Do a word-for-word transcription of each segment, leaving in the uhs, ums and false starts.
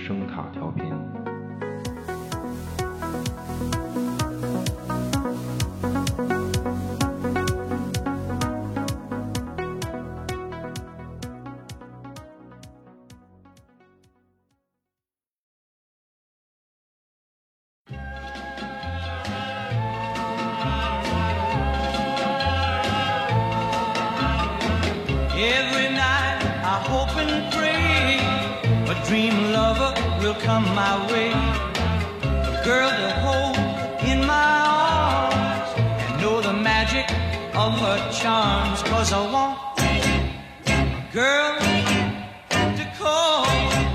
声塔调频。 Every night I hope and pray a dream lover will come my way, a girl to hold in my arms and know the magic of her charms. Cause I want a girl to call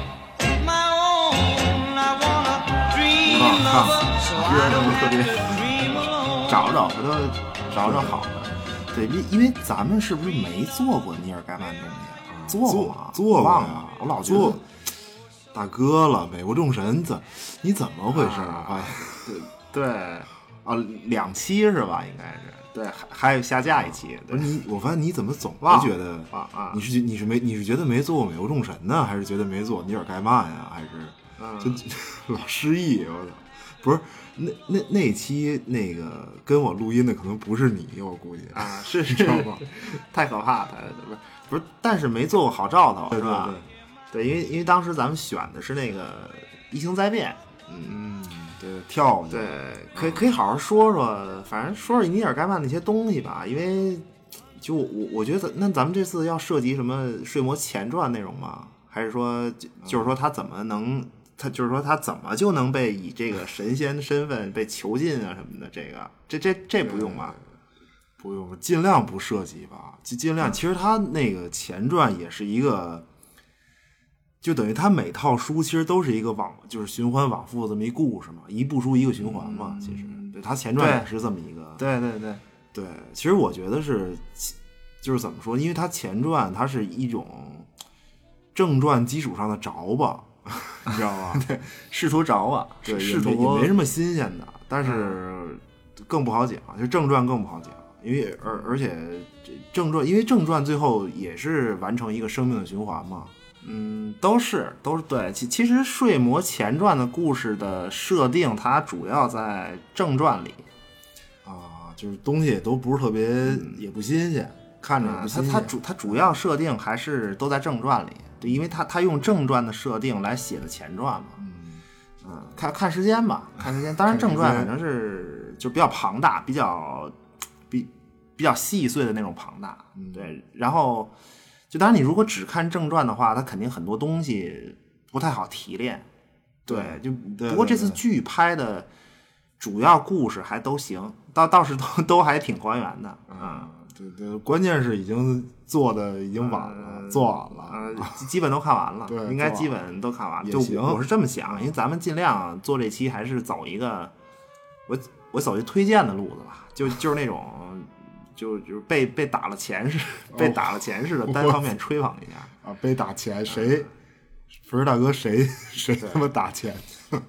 my own. I want a dream lover so I don't have to dream alone. 找找回头找找好的。对，因因为咱们是不是没做过尼尔盖曼东西啊？做过吗？ 做过呀， 我老觉得大哥了，美国众神怎你怎么回事啊？ 啊对对啊，两期是吧？应该是对，还还有下架一期。 不是你，我发现你怎么总忘觉得啊啊？ 你是你是没你是觉得没做过美国众神呢，还是觉得没做尼尔盖曼呀？还是嗯， 就老失忆？我操！不是那那那期那个跟我录音的可能不是你，我估计啊，是是太可怕了，不是不是，但是没做过好兆头， 对是吧？ 对， 对，因为因为当时咱们选的是那个《异形灾变》， 嗯，对，跳对，可以可以好好说说，反正说说尼尔盖曼那些东西吧，因为就我我觉得，那咱们这次要涉及什么《睡魔前传》内容吗？还是说就就是说他怎么能？他就是说，他怎么就能被以这个神仙身份被囚禁啊什么的？这个，这这这不用吧？ 不用，尽量不涉及吧，尽尽量。其实他那个前传也是一个，就等于他每套书其实都是一个往，就是循环往复的这么一故事嘛，一部书一个循环嘛。 嗯、 其实，对他前传也是这么一个。 对对对对，其实我觉得是，就是怎么说？因为他前传它是一种正传基础上的着吧。你知道吧？ 对，试图找我， 对， 试图也没什么新鲜的，但是更不好讲，就正传更不好讲，因为而而且正传，因为正传最后也是完成一个生命的循环嘛。 嗯，都是都是对。其其实《睡魔前传》的故事的设定，它主要在正传里啊，就是东西也都不是特别，嗯、也不新鲜，看着不新鲜。 它它主它主要设定还是都在正传里。对，因为他他用正传的设定来写的前传嘛， 嗯嗯，看看时间吧，看时间。当然正传反正是就比较庞大，比较比比较细碎的那种庞大， 嗯、 对。然后就当然你如果只看正传的话，它肯定很多东西不太好提炼，对，就不过这次剧拍的主要故事还都行，倒倒是都都还挺还原的，嗯。 对对，关键是已经做的已经晚了，呃、做晚了， 呃，基本都看完了， 对， 应该基本都看完了。就行， 我是这么想，因为咱们尽量做这期还是走一个，我我走一推荐的路子吧，就就是那种，就就是被被打了钱似，哦、被打了钱似的，单方面吹捧一下啊，被打钱谁？不是大哥谁谁他妈打钱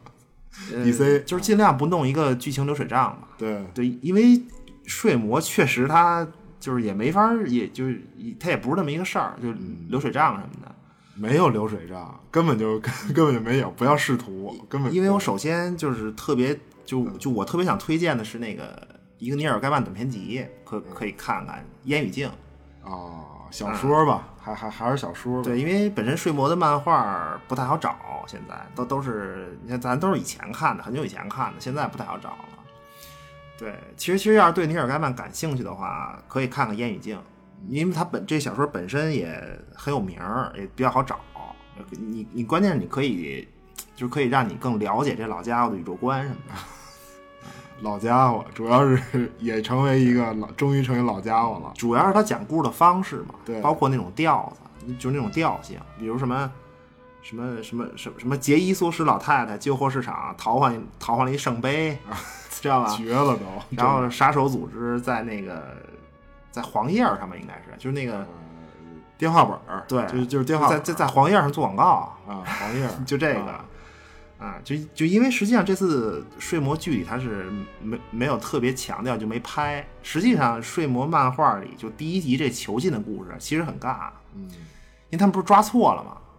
？D C、 呃、就是尽量不弄一个剧情流水账吧。 对对，因为睡魔确实它。就是也没法，也就是它也不是那么一个事儿，就流水账什么的， 没有流水账，根本就根本就没有，不要试图，根本。 因为我首先就是特别，就就我特别想推荐的是那个一个尼尔盖曼短篇集，可可以看看《烟与镜》 哦，小说吧，嗯、还还还是小说吧。 对，因为本身睡魔的漫画不太好找，现在都都是你看咱都是以前看的，很久以前看的，现在不太好找了。对，其实其实要是对尼尔盖曼感兴趣的话，可以看看《烟与镜》，因为他本这小说本身也很有名，也比较好找。你你关键是你可以，就是可以让你更了解这老家伙的宇宙观什么的。 老家伙主要是也成为一个老，终于成为老家伙了。 主要是他讲故事的方式嘛， 对， 包括那种调子，就是那种调性，比如什么什么什么什么什么杰伊梭什老太太旧货市场淘换淘换了一圣杯。知道吧？ 绝了都。 然后杀手组织在那个在黄页上面应该是就是那个、呃、 电话本， 对， 就是就是电话在在在黄页上做广告啊，黄页就这个啊, 啊，就就因为实际上这次睡魔剧里它是没没有特别强调，就没拍。实际上睡魔漫画里就第一集这囚禁的故事其实很尬， 嗯， 因为他们不是抓错了吗？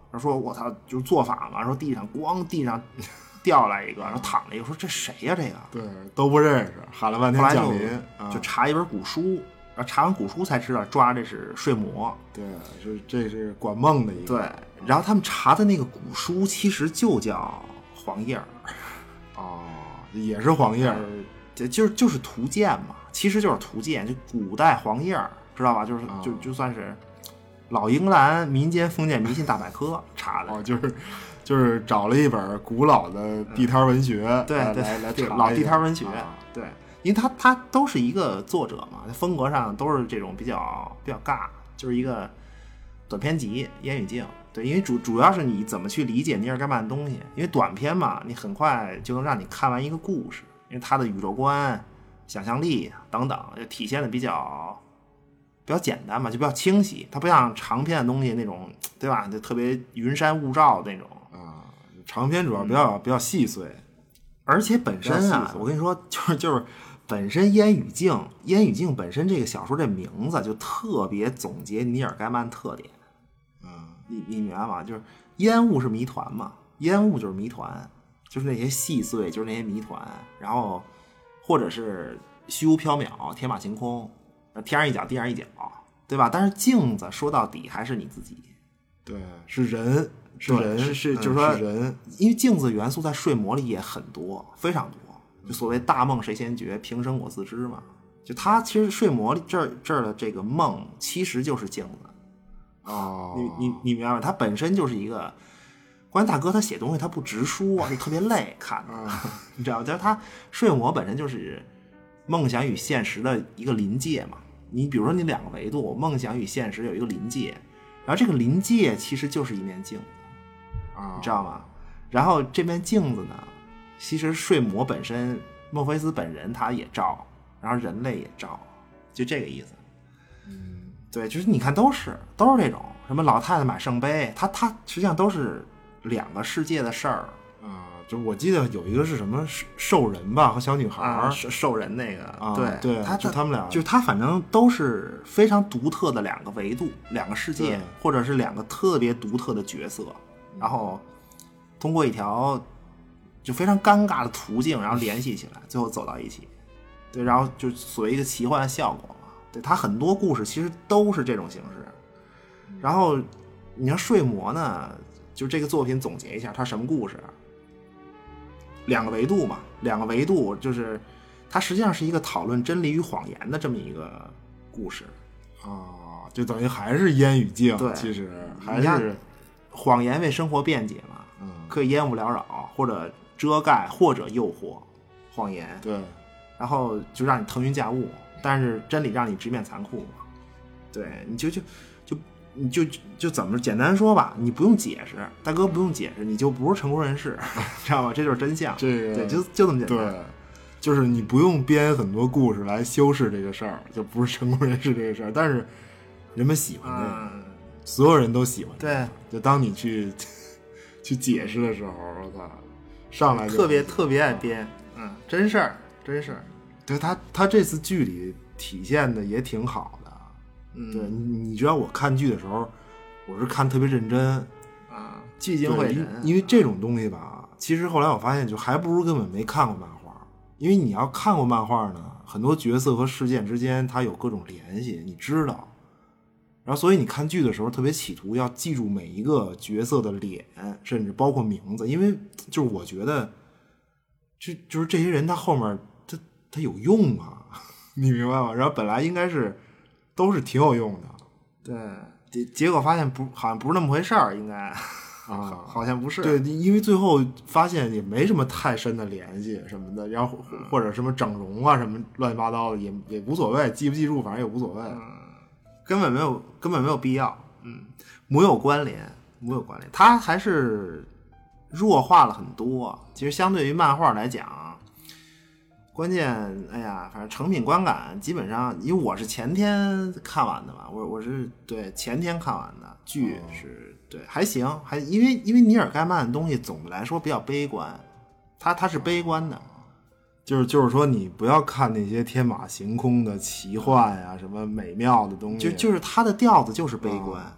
然后说我操，就是做法嘛，说地上咣地上掉下来一个，然后躺了一个，说这谁呀、啊、这个？ 对，都不认识，喊了半天降临， 就, 就查一本古书，然后查完古书才知道抓这是睡魔。 对，是这是管梦的一个。 对，然后他们查的那个古书其实就叫黄页儿。 哦，也是黄页儿。 就就是就是图鉴嘛，其实就是图鉴，就古代黄页儿，知道吧？就是、哦、就就算是老英格兰民间封建迷信大百科查的， 哦，就是就是找了一本古老的地摊文学， 嗯、对对来来对，老地摊文学， 啊、 对，因为他他都是一个作者嘛，风格上都是这种比较比较尬，就是一个短篇集烟雨镜。对，因为主主要是你怎么去理解尼尔盖曼的东西，因为短篇嘛，你很快就能让你看完一个故事。因为他的宇宙观、想象力等等，就体现的比较比较简单嘛，就比较清晰。它不像长篇的东西那种，对吧？就特别云山雾罩那种啊。长篇主要比较、嗯、比较细碎， 而且本身啊，我跟你说，就是就是本身烟雨镜，烟雨镜本身这个小说这名字就特别总结尼尔盖曼特点。 嗯， 你你明白吗？就是烟雾是谜团嘛，烟雾就是谜团。就是那些细碎，就是那些谜团，然后或者是虚无缥缈、天马行空，天上一脚地上一脚，对吧？但是镜子说到底还是你自己， 对，是人，是人， 是是，就是说、 嗯、是人， 因为镜子元素在睡魔里也很多，非常多。就所谓大梦谁先觉，平生我自知嘛。就他其实睡魔里这儿这儿的这个梦，其实就是镜子。 哦， 你你你明白吗？它本身就是一个。关键大哥他写东西他不直书啊，就特别累看的，你知道吗？就是他睡魔本身就是梦想与现实的一个临界嘛。你比如说你两个维度，梦想与现实有一个临界，然后这个临界其实就是一面镜子，你知道吗？然后这面镜子呢，其实睡魔本身，孟菲斯本人他也照，然后人类也照，就这个意思。 嗯， 对，就是你看都是都是这种什么老太太买圣杯，他他实际上都是。两个世界的事儿啊，就我记得有一个是什么兽人吧，和小女孩、 啊、兽人那个， 啊、 对对， 他就他们俩， 就他反正都是非常独特的两个维度、两个世界，或者是两个特别独特的角色，然后通过一条就非常尴尬的途径，然后联系起来，最后走到一起。对，然后就所谓一个奇幻效果嘛。对，他很多故事其实都是这种形式。然后你像睡魔呢？就这个作品总结一下，它什么故事？两个维度嘛，两个维度就是它实际上是一个讨论真理与谎言的这么一个故事啊，就等于还是烟雨镜， 对， 其实还是谎言为生活辩解嘛， 嗯， 可以烟雾缭绕，或者遮盖，或者诱惑，谎言， 对， 然后就让你腾云驾雾，但是真理让你直面残酷嘛，对，你就就。你就就怎么简单说吧，你不用解释，大哥不用解释，你就不是成功人士，知道吗？这就是真相。 这个对，就就这么简单。 对，就是你不用编很多故事来修饰这个事儿，就不是成功人士这个事儿。但是人们喜欢这个，嗯、所有人都喜欢、这个。 对， 就当你去去解释的时候，我操，上来就特别特别爱编，嗯，真事儿，真事儿。 对他，他这次剧里体现的也挺好的。 嗯， 对，你你知道我看剧的时候，我是看特别认真啊，聚精会神。 因为这种东西吧，其实后来我发现，就还不如根本没看过漫画。因为你要看过漫画呢，很多角色和事件之间它有各种联系，你知道。然后所以你看剧的时候特别企图要记住每一个角色的脸，甚至包括名字，因为就是我觉得，就就是这些人他后面他他有用啊，你明白吗？然后本来应该是。都是挺有用的， 对，结结果发现不，好像不是那么回事儿，应该啊， 好像不是。 对，因为最后发现也没什么太深的联系什么的，然后或者什么整容啊什么乱七八糟的也也无所谓，记不记住反正也无所谓， 嗯，根本没有根本没有必要，嗯，没有关联，没有关联，它还是弱化了很多。其实相对于漫画来讲。关键，哎呀，反正成品观感基本上，因为我是前天看完的嘛，我我是对前天看完的剧是，对还行，还因为因为尼尔盖曼的东西总的来说比较悲观，他他是悲观的， 就是就是说你不要看那些天马行空的奇幻啊，什么美妙的东西， 就就是他的调子就是悲观，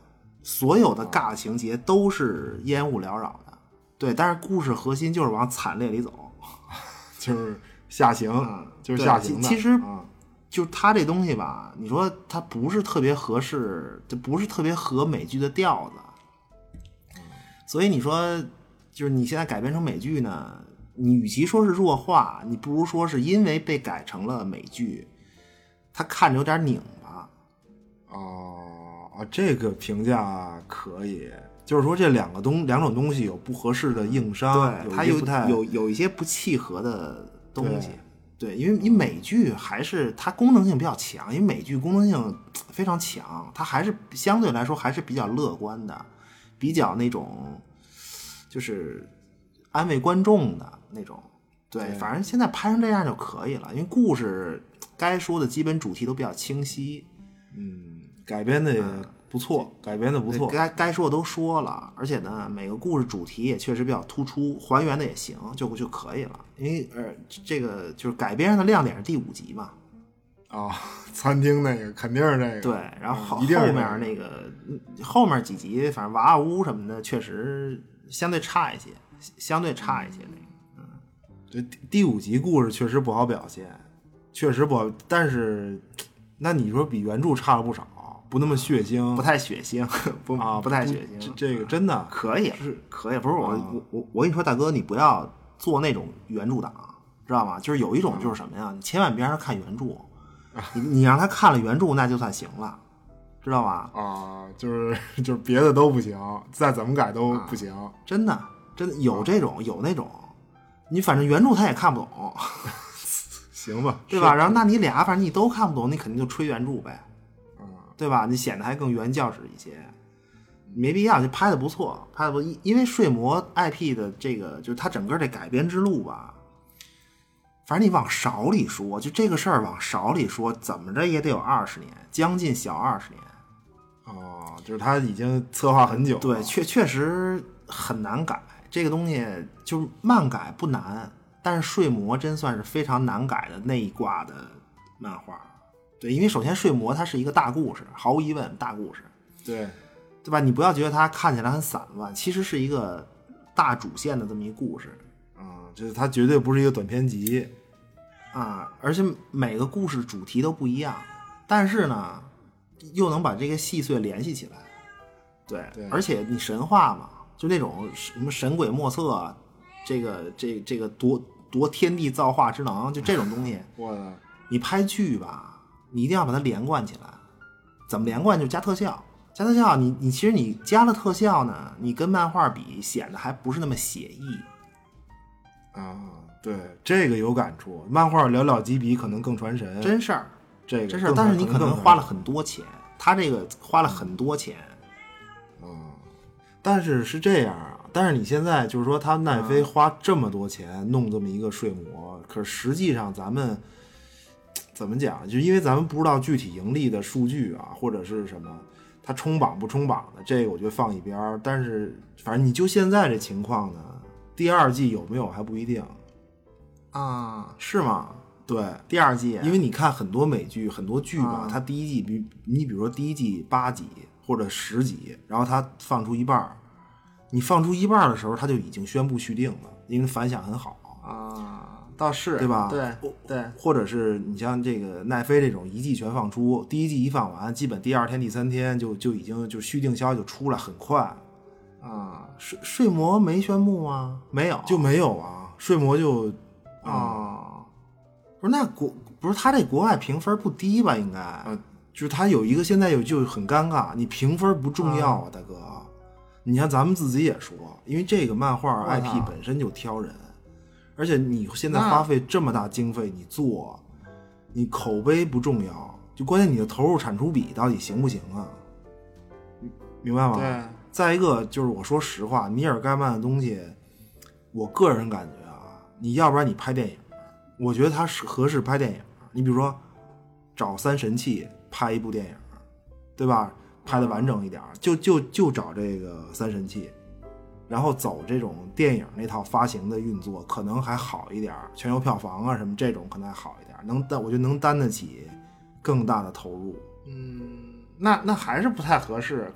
所有的尬情节都是烟雾缭绕的，对，但是故事核心就是往惨烈里走， 就是下行， 嗯、 就是下行的。 其实， 嗯、 就它这东西吧，你说它不是特别合适，就不是特别合美剧的调子，所以你说，就是你现在改编成美剧呢，你与其说是弱化，你不如说是因为被改成了美剧，它看着有点拧巴。 哦啊，这个评价可以，就是说这两个东两种东西有不合适的硬伤， 对，它有不太有有一些不契合的东西。对，对，因为你美剧还是它功能性比较强，因为美剧功能性非常强，它还是相对来说还是比较乐观的，比较那种就是安慰观众的那种。对， 对反正现在拍成这样就可以了，因为故事该说的基本主题都比较清晰。 嗯，改编的也不错，嗯、改编的不错， 该该说的都说了，而且呢，每个故事主题也确实比较突出，还原的也行，就就可以了。因为呃，这个就是改编上的亮点是第五集嘛。 啊、哦，餐厅那个肯定是这个。 对，然后、 嗯、 后面那个后面几集，反正娃娃屋什么的，确实相对差一些，相对差一些那个。嗯， 对，第五集故事确实不好表现，确实不好，但是。那你说比原著差了不少，不那么血腥， 不太血腥，不啊， 不太血腥。 这个真的可以， 是可以。不是我， 啊、 我我我跟你说，大哥，你不要做那种原著党，知道吗？就是有一种就是什么呀？你千万别让他看原著，你你让他看了原著，那就算行了，知道吧？ 啊，就是就是别的都不行，再怎么改都不行，啊、 真的真的有这种、啊、有那种，你反正原著他也看不懂。 行吧， 对吧？然后那你俩反正你都看不懂，你肯定就吹原著呗， 嗯， 对吧？你显得还更原教旨一些，没必要。就拍的不错，拍的不，因为睡魔 I P 的这个，就是它整个这改编之路吧，反正你往少里说，就这个事儿往少里说，怎么着也得有二十年，将近小二十年。 哦，就是他已经策划很久了， 对，确确实很难改这个东西，就是漫改不难。但是睡魔真算是非常难改的那一挂的漫画，对，因为首先睡魔它是一个大故事，毫无疑问大故事， 对， 对吧？你不要觉得它看起来很散乱，其实是一个大主线的这么一个故事， 啊、嗯，就是它绝对不是一个短篇集啊，而且每个故事主题都不一样，但是呢，又能把这个细碎联系起来，对， 对， 而且你神话嘛，就那种什么神鬼莫测。这个这这个夺夺天地造化之能，就这种东西， 我的， 你拍剧吧，你一定要把它连贯起来。怎么连贯？就加特效，加特效。你你其实你加了特效呢，你跟漫画比显得还不是那么写意。 啊，对，这个有感触。漫画寥寥几笔可能更传神， 真事儿， 这个真事儿。但是你可能花了很多钱，他这个花了很多钱。 嗯，但是是这样啊。但是你现在就是说，他奈飞花这么多钱弄这么一个睡魔，嗯、可是实际上咱们怎么讲？就因为咱们不知道具体盈利的数据啊，或者是什么，他冲榜不冲榜的，这个我觉得放一边儿。但是反正你就现在这情况呢，第二季有没有还不一定啊？是吗？ 对， 第二季， 因为你看很多美剧，很多剧吧， 啊、 它第一季比你比如说第一季八集或者十集，然后它放出一半。你放出一半的时候，他就已经宣布续订了，因为反响很好啊，倒是对吧？ 对对， 或者是你像这个奈飞这种一季全放出，第一季一放完，基本第二天、第三天就就已经就续订消息就出来，很快啊。睡睡魔没宣布吗？没有， 就没有啊。睡魔就啊、嗯，不是那国不是他这国外评分不低吧？应该啊、 呃，就是他有一个现在有就很尴尬，你评分不重要啊，啊大哥。你像咱们自己也说，因为这个漫画 I P 本身就挑人，而且你现在花费这么大经费，你做，你口碑不重要，就关键你的投入产出比到底行不行啊？明白吗？ 对。 再一个就是我说实话，尼尔盖曼的东西，我个人感觉啊，你要不然你拍电影，我觉得他是合适拍电影。你比如说找三神器拍一部电影，对吧？拍的完整一点，就就就找这个三神器，然后走这种电影那套发行的运作，可能还好一点，全球票房啊什么这种可能还好一点，能担我觉得能担得起更大的投入。 嗯，那那还是不太合适，可能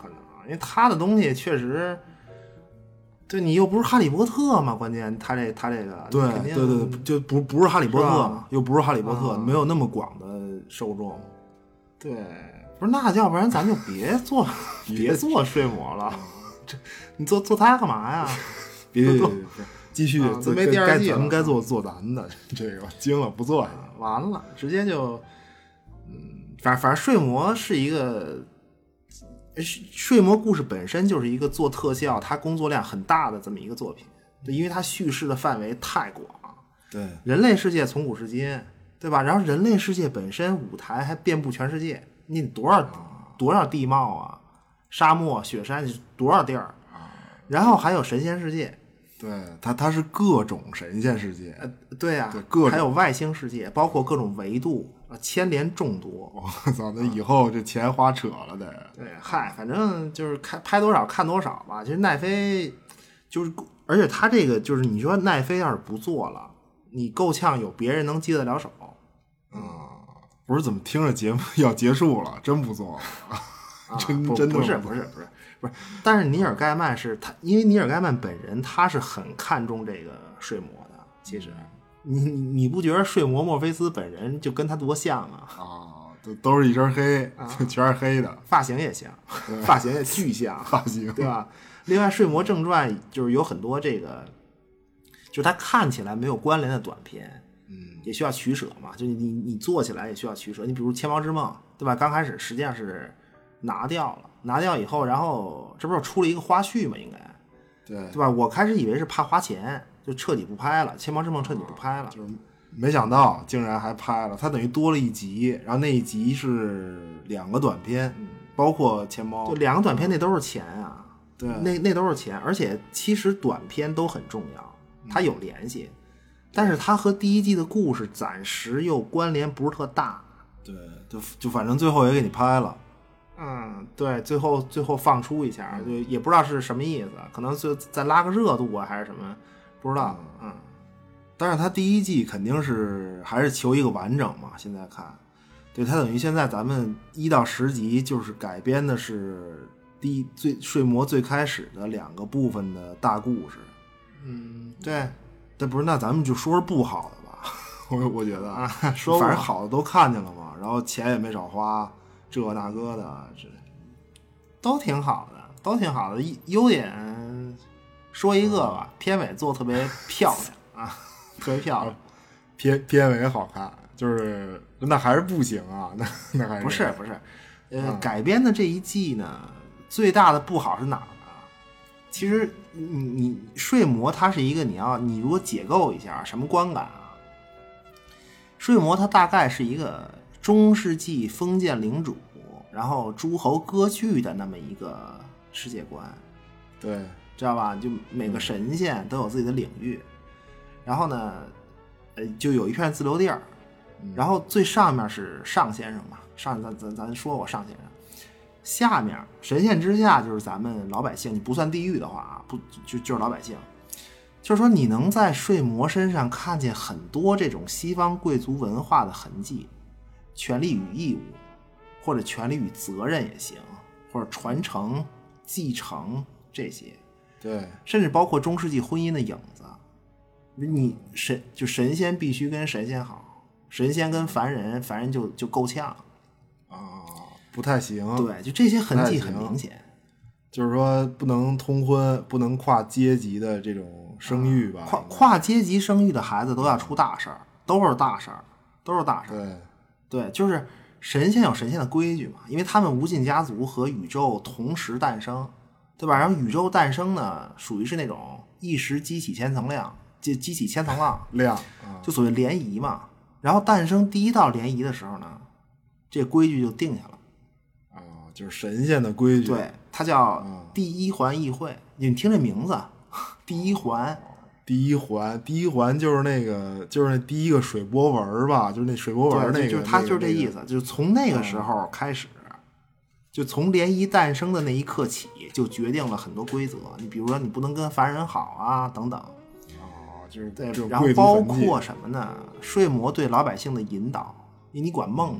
因为他的东西确实，对你又不是哈利波特嘛，关键他这他这个对对对对，就不不是哈利波特嘛，又不是哈利波特， 啊、 没有那么广的受众。 对，不是那要不然咱就别做别做睡魔了，这你做做它干嘛呀？ 别别别别，继续， 咱、啊、没第二季了，咱们该做做咱的，这个惊了不做呀、 啊，完了，直接就，嗯，反反正睡魔是一个。睡魔故事本身就是一个做特效，它工作量很大的这么一个作品，对，因为它叙事的范围太广， 对， 人类世界从古至今，对吧？然后人类世界本身舞台还遍布全世界，你多少多少地貌啊，沙漠、雪山，多少地儿，然后还有神仙世界， 对，它它是各种神仙世界， 呃，对呀、啊， 对，各种还有外星世界，包括各种维度。牵连众多， 我操！那以后这钱花扯了得。 对，嗨，反正就是看拍多少看多少吧。其实奈飞就是，而且他这个就是，你说奈飞要是不做了，你够呛有别人能接得了手。 嗯，不是怎么听着节目要结束了，真不做了， 啊、 真真的不是不是不是不是。但是尼尔盖曼是他，因为尼尔盖曼本人他是很看重这个睡魔的，其实。你你不觉得睡魔墨菲斯本人就跟他多像啊？ 啊，都都是一身黑，啊、全是黑的， 发型也像，发型也巨像， 发型对吧？另外，《睡魔正传》就是有很多这个，就是它看起来没有关联的短片， 嗯， 也需要取舍嘛。就你你你做起来也需要取舍。你比如《千毛之梦》，对吧？刚开始实际上是拿掉了，拿掉以后，然后这不是出了一个花絮嘛？应该， 对对吧？我开始以为是怕花钱。就彻底不拍了，《千毛之梦》彻底不拍了， 就是没想到竟然还拍了，它等于多了一集，然后那一集是两个短片， 嗯、 包括钱猫， 就两个短片那都是钱啊， 对， 那那都是钱，而且其实短片都很重要，它有联系，嗯、但是它和第一季的故事暂时又关联不是特大， 对，就就反正最后也给你拍了。 嗯，对，最后最后放出一下，就也不知道是什么意思，可能就再拉个热度啊，还是什么。不知道，嗯， 但是他第一季肯定是还是求一个完整嘛。现在看，对他等于现在咱们一到十集就是改编的是第一最睡魔最开始的两个部分的大故事。 嗯，对， 但不是那咱们就说说不好的吧。我我觉得啊，说反正好的都看见了嘛，然后钱也没少花，这那个的，这都挺好的，都挺好的。优点。说一个吧，片尾做特别漂亮啊，特别漂亮， 片片尾好看，就是那还是不行啊，那那还是不是不是，呃、 嗯， 改编的这一季呢，最大的不好是哪儿呢？其实你你睡魔它是一个你要你如果解构一下什么观感啊，睡魔它大概是一个中世纪封建领主，然后诸侯割据的那么一个世界观， 对。 知道吧？就每个神仙都有自己的领域，然后呢，呃，就有一片自留地儿，然后最上面是上先生嘛，上咱咱咱说过上先生，下面神仙之下就是咱们老百姓，你不算地狱的话啊，不就就是老百姓，就是说你能在睡魔身上看见很多这种西方贵族文化的痕迹，权利与义务，或者权利与责任也行，或者传承、继承这些。 对， 甚至包括中世纪婚姻的影子，你神就神仙必须跟神仙好，神仙跟凡人，凡人就就够呛啊，不太行。 对，就这些痕迹很明显， 就是说不能通婚，不能跨阶级的这种生育吧？ 啊、跨跨阶级生育的孩子都要出大事儿，都是大事儿，都是大事儿。 对， 对，就是神仙有神仙的规矩嘛，因为他们无尽家族和宇宙同时诞生。对吧？然后宇宙诞生呢，属于是那种一时激起千层浪，就激起千层浪量， 就所谓涟漪嘛。然后诞生第一道涟漪的时候呢，这规矩就定下了。 啊，就是神仙的规矩。 对，它叫第一环议会。你听这名字，第一环， 第一环，第一环就是那个，就是那第一个水波纹吧，就是那水波纹那个， 就是它就是这意思，就是从那个时候开始。就从涟漪诞生的那一刻起，就决定了很多规则。你比如说，你不能跟凡人好啊，等等。 哦，就是对，然后包括什么呢？睡魔对老百姓的引导，因为你管梦嘛，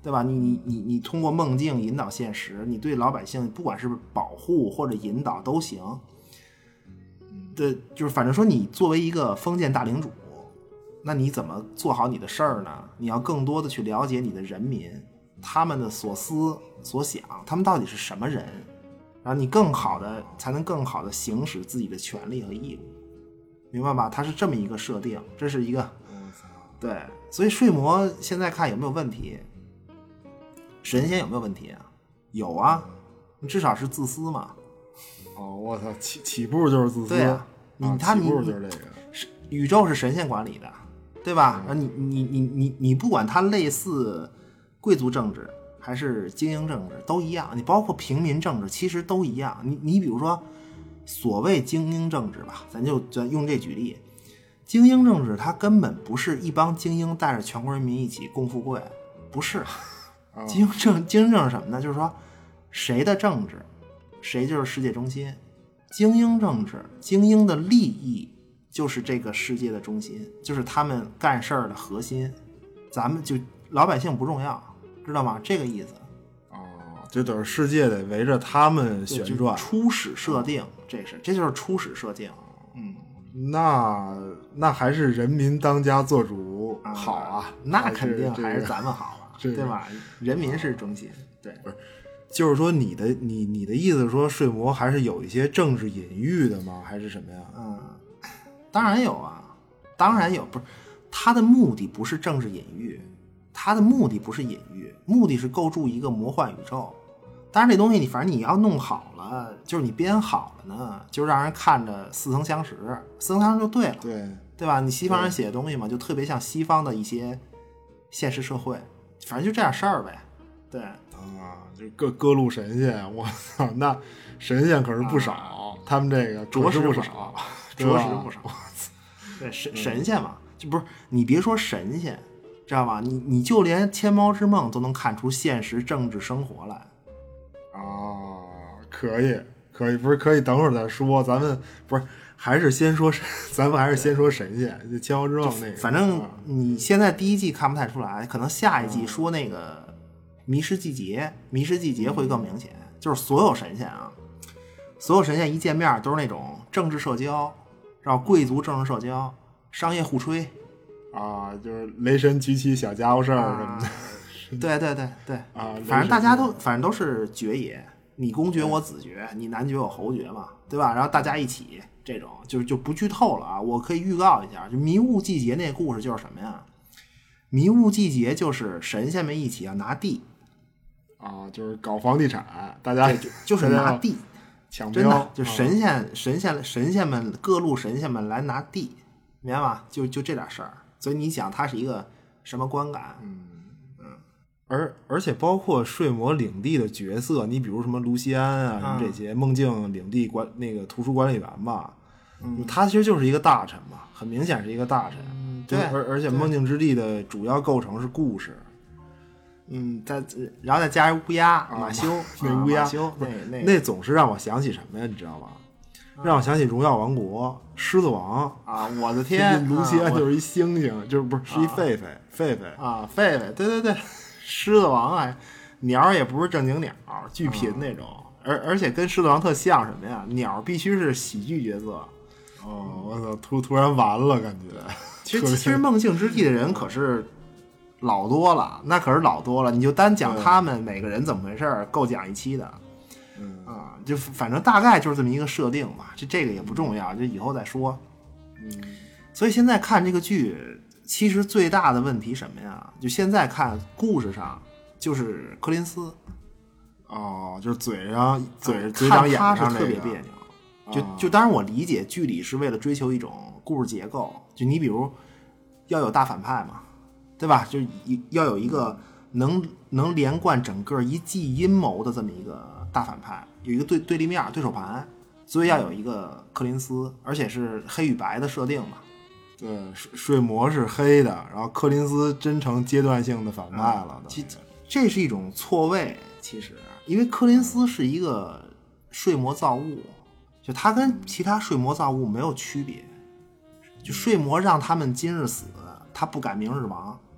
对吧？你你你你通过梦境引导现实，你对老百姓不管是保护或者引导都行。对，就是反正说你作为一个封建大领主，那你怎么做好你的事儿呢？你要更多的去了解你的人民，他们的所思所想，他们到底是什么人，然后你更好的才能更好的行使自己的权利和义务，明白吧？它是这么一个设定，这是一个，对，所以睡魔现在看有没有问题？神仙有没有问题啊？有啊，至少是自私嘛。 哦，我操，起起步就是自私。 对啊，你、啊、他起步就是这个。 宇宙是神仙管理的，对吧？嗯、你你你你你不管它类似贵族政治还是精英政治都一样，你包括平民政治其实都一样。你你比如说所谓精英政治吧，咱就咱用这举例，精英政治它根本不是一帮精英带着全国人民一起共富贵，不是。精英政精英政治什么呢？就是说谁的政治谁就是世界中心。精英政治，精英的利益就是这个世界的中心，就是他们干事儿的核心，咱们就老百姓不重要，知道吗？这个意思。 哦，就等于世界得围着他们旋转。 初始设定，这是这就是初始设定。嗯， 那那还是人民当家做主好啊， 嗯、那肯定还是咱们好啊，这个、对吧？人民是中心，对。 不是，就是说你的你你的意思是说睡魔还是有一些政治隐喻的吗？还是什么呀？ 嗯，当然有啊，当然有。不是，他的目的不是政治隐喻，他的目的不是隐喻，目的是构筑一个魔幻宇宙。当然这东西你反正你要弄好了，就是你编好了呢，就让人看着似曾相识，似曾相识就对了， 对对吧？你西方人写的东西嘛，就特别像西方的一些现实社会，反正就这样事儿呗。对啊，就各各路神仙，我操，那神仙可是不少，啊、他们这个着实不少，着实不少。对神神仙嘛，就不是你别说神仙，知道吧？你你就连《千猫之梦》都能看出现实政治生活来。 哦，可以可以，不是可以等会儿再说，咱们不是还是先说，咱们还是先说神仙，就《千猫之梦》那个。 反正你现在第一季看不太出来，可能下一季说那个迷失季节，迷失季节会更明显。就是所有神仙啊，所有神仙一见面都是那种政治社交，然后贵族政治社交，商业互吹啊，就是雷神举起小家伙事儿什么的。啊对对对对啊， 反正大家都反正都是爵爷，你公爵我子爵，你男爵我侯爵嘛，对吧？然后大家一起这种就就不剧透了啊，我可以预告一下，就迷雾季节那个故事就是什么呀？迷雾季节就是神仙们一起要拿地啊，就是搞房地产，大家就就是拿地抢标，真的就神仙、啊、神仙神仙们各路神仙们来拿地，明白吗？就就这点事儿，所以你想它是一个什么观感？ 嗯。而而且包括睡魔领地的角色，你比如什么卢锡安啊，什么这些、嗯、梦境领地管那个图书管理员吧，嗯，他其实就是一个大臣嘛，很明显是一个大臣。 嗯、对， 而而且梦境之地的主要构成是故事， 嗯，再然后再加乌鸦、啊、马修， 那乌鸦， 马修那那那总是让我想起什么呀？你知道吗？嗯、让我想起荣耀王国狮子王啊！我的天， 卢锡安就是一猩猩，就是不是是一狒狒，狒狒啊，狒狒，对对对。狮子王哎，鸟也不是正经鸟，巨贫那种，嗯、而而且跟狮子王特像什么呀？鸟必须是喜剧角色。 哦，我操，突突然完了，感觉。 其实其实梦境之地的人可是老多了，那可是老多了。你就单讲他们每个人怎么回事，够讲一期的。 嗯啊，就反正大概就是这么一个设定吧。这这个也不重要，就以后再说。 嗯， 所以现在看这个剧。其实最大的问题什么呀？就现在看故事上，就是柯林斯， 哦，就是嘴上嘴、 啊、 嘴上演上、那个、他是特别别扭。就啊、 就当然我理解剧里是为了追求一种故事结构，就你比如要有大反派嘛，对吧？就要有一个能能连贯整个一季阴谋的这么一个大反派，有一个对对立面对手盘，所以要有一个柯林斯，而且是黑与白的设定嘛。 对，睡魔是黑的，然后柯林斯真成阶段性的反派了。 嗯、其这是一种错位，其实因为柯林斯是一个睡魔造物，就他跟其他睡魔造物没有区别。就睡魔让他们今日死，他不敢明日亡。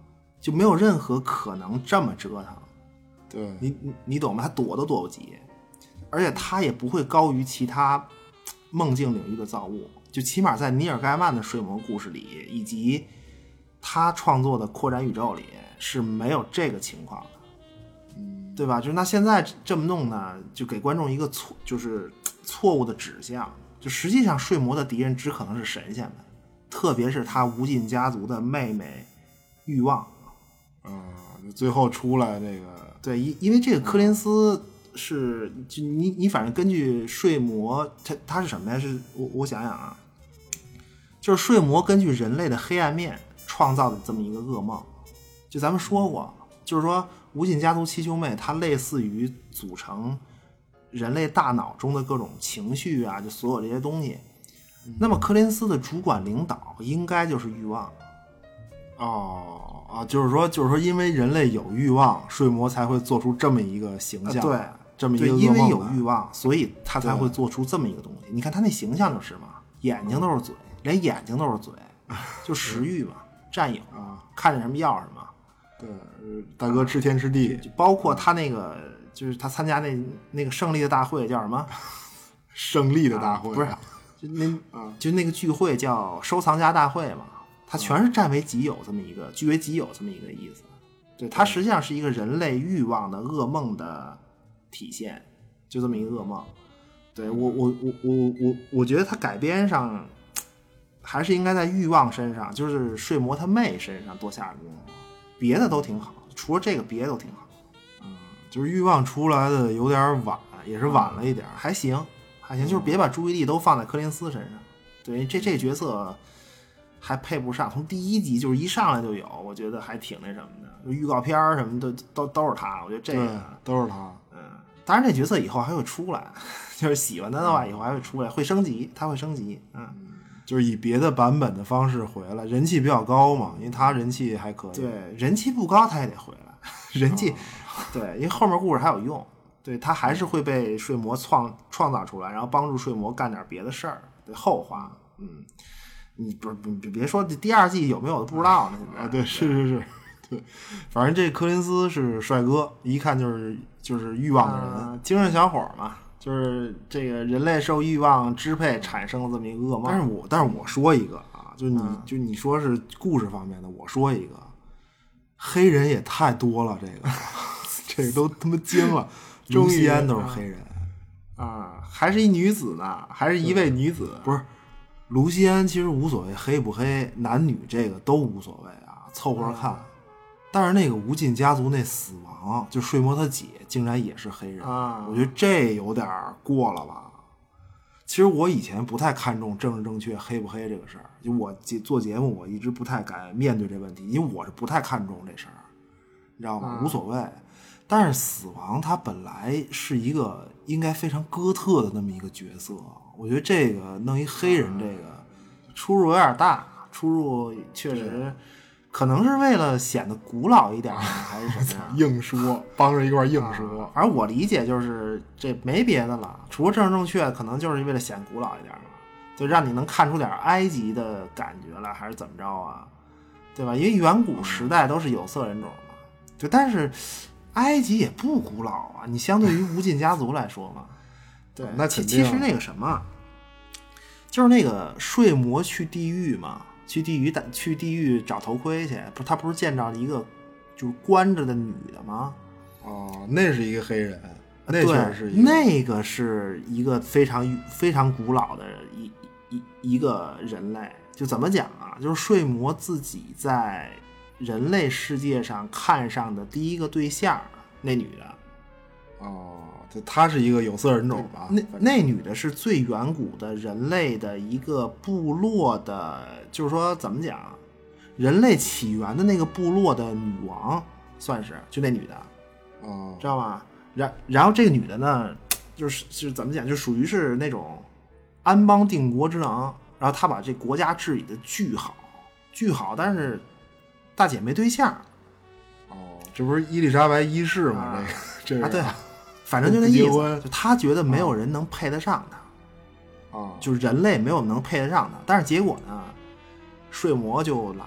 就没有任何可能这么折腾。 对， 你你你懂吗？他躲都躲不及，而且他也不会高于其他梦境领域的造物。就起码在尼尔盖曼的睡魔故事里，以及他创作的扩展宇宙里是没有这个情况的，嗯，对吧？就是那现在这么弄呢，就给观众一个错，就是错误的指向。就实际上睡魔的敌人只可能是神仙们，特别是他无尽家族的妹妹欲望。 啊，最后出来这个， 对，因因为这个柯林斯是，就你你反正根据睡魔，它它是什么呀？是我我想想啊，就是睡魔根据人类的黑暗面创造的这么一个噩梦。就咱们说过，就是说无尽家族七兄妹，它类似于组成人类大脑中的各种情绪啊，就所有这些东西。那么柯林斯的主管领导应该就是欲望。 哦啊，就是说，就是说，因为人类有欲望，睡魔才会做出这么一个形象， 呃、对， 这么一个对，因为有欲望，所以他才会做出这么一个东西。你看他那形象就是嘛，眼睛都是嘴，连眼睛都是嘴，就食欲嘛，占有啊，看见什么要什么。 对，大哥吃天吃地， 就包括他那个，就是他参加那那个胜利的大会叫什么？ 胜利的大会、啊、 不是，就那、啊、就那个聚会叫收藏家大会嘛。它全是占为己有这么一个，据为己有这么一个意思。对，它实际上是一个人类欲望的噩梦的体现，就这么一个噩梦。对，我我我我我我觉得它改编上还是应该在欲望身上，就是睡魔他妹身上多下功夫，别的都挺好，除了这个别的都挺好。 嗯，就是欲望出来的有点晚，也是晚了一点， 嗯、还行还行，就是别把注意力都放在柯林斯身上。对，这这角色。还配不上，从第一集就是一上来就有，我觉得还挺那什么的，预告片什么的都都是他，我觉得这个都是他。 嗯，当然这角色以后还会出来，就是喜欢他的话以后还会出来，会升级，他会升级，嗯， 就是以别的版本的方式回来，人气比较高嘛，因为他人气还可以。 对，人气不高他也得回来，人气、哦、对，因为后面故事还有用，对他还是会被睡魔创创造出来，然后帮助睡魔干点别的事儿，对后话，嗯。你不是别别说第二季有没有都不知道呢啊！对，是是是，对，反正这柯林斯是帅哥，一看就是就是欲望的人， 呃、精神小伙嘛，就是这个人类受欲望支配产生了这么一个噩梦。 但是我但是我说一个啊，就是你、 嗯、 就你说是故事方面的，我说一个，黑人也太多了，这个这个都他妈惊了， 卢锡安都是黑人啊，还是一女子呢，还是一位女子， 不是。卢锡安其实无所谓黑不黑，男女这个都无所谓啊，凑合着看。嗯、但是那个无尽家族那死亡，就睡魔他姐竟然也是黑人， 啊、 我觉得这有点过了吧。其实我以前不太看重政治正确黑不黑这个事儿，就我做节目我一直不太敢面对这问题，因为我是不太看重这事儿，你知道吗？ 嗯、 无所谓。但是死亡它本来是一个应该非常哥特的那么一个角色。我觉得这个弄一黑人，这个出入有点大，出入确实可能是为了显得古老一点，还是什么呀？ 硬说，帮着一块硬说。 啊、反正我理解就是这没别的了，除了政治正确，可能就是为了显古老一点嘛，就让你能看出点埃及的感觉来，还是怎么着啊？对吧？因为远古时代都是有色人种嘛，对，但是埃及也不古老啊，你相对于无尽家族来说嘛。对， 那其其实那个什么，就是那个睡魔去地狱嘛，去地狱去地狱找头盔去，不，他不是见着了一个就是关着的女的吗？ 哦，那是一个黑人，那确实是一个那个是一个非常非常古老的一一一个人类，就怎么讲啊？就是睡魔自己在人类世界上看上的第一个对象，那女的。 哦。他是一个有色人种吧？ 那那女的是最远古的人类的一个部落的，就是说怎么讲，人类起源的那个部落的女王，算是就那女的， 哦， 知道吗？然然后这个女的呢，就是就是怎么讲，就属于是那种安邦定国之能，然后她把这国家治理的巨好，巨好，但是大姐没对象。 哦，这不是伊丽莎白一世吗？ 啊、 这个啊，对。反正就那意思，就他觉得没有人能配得上他， 啊， 就是人类没有能配得上他。但是结果呢，睡魔就来了，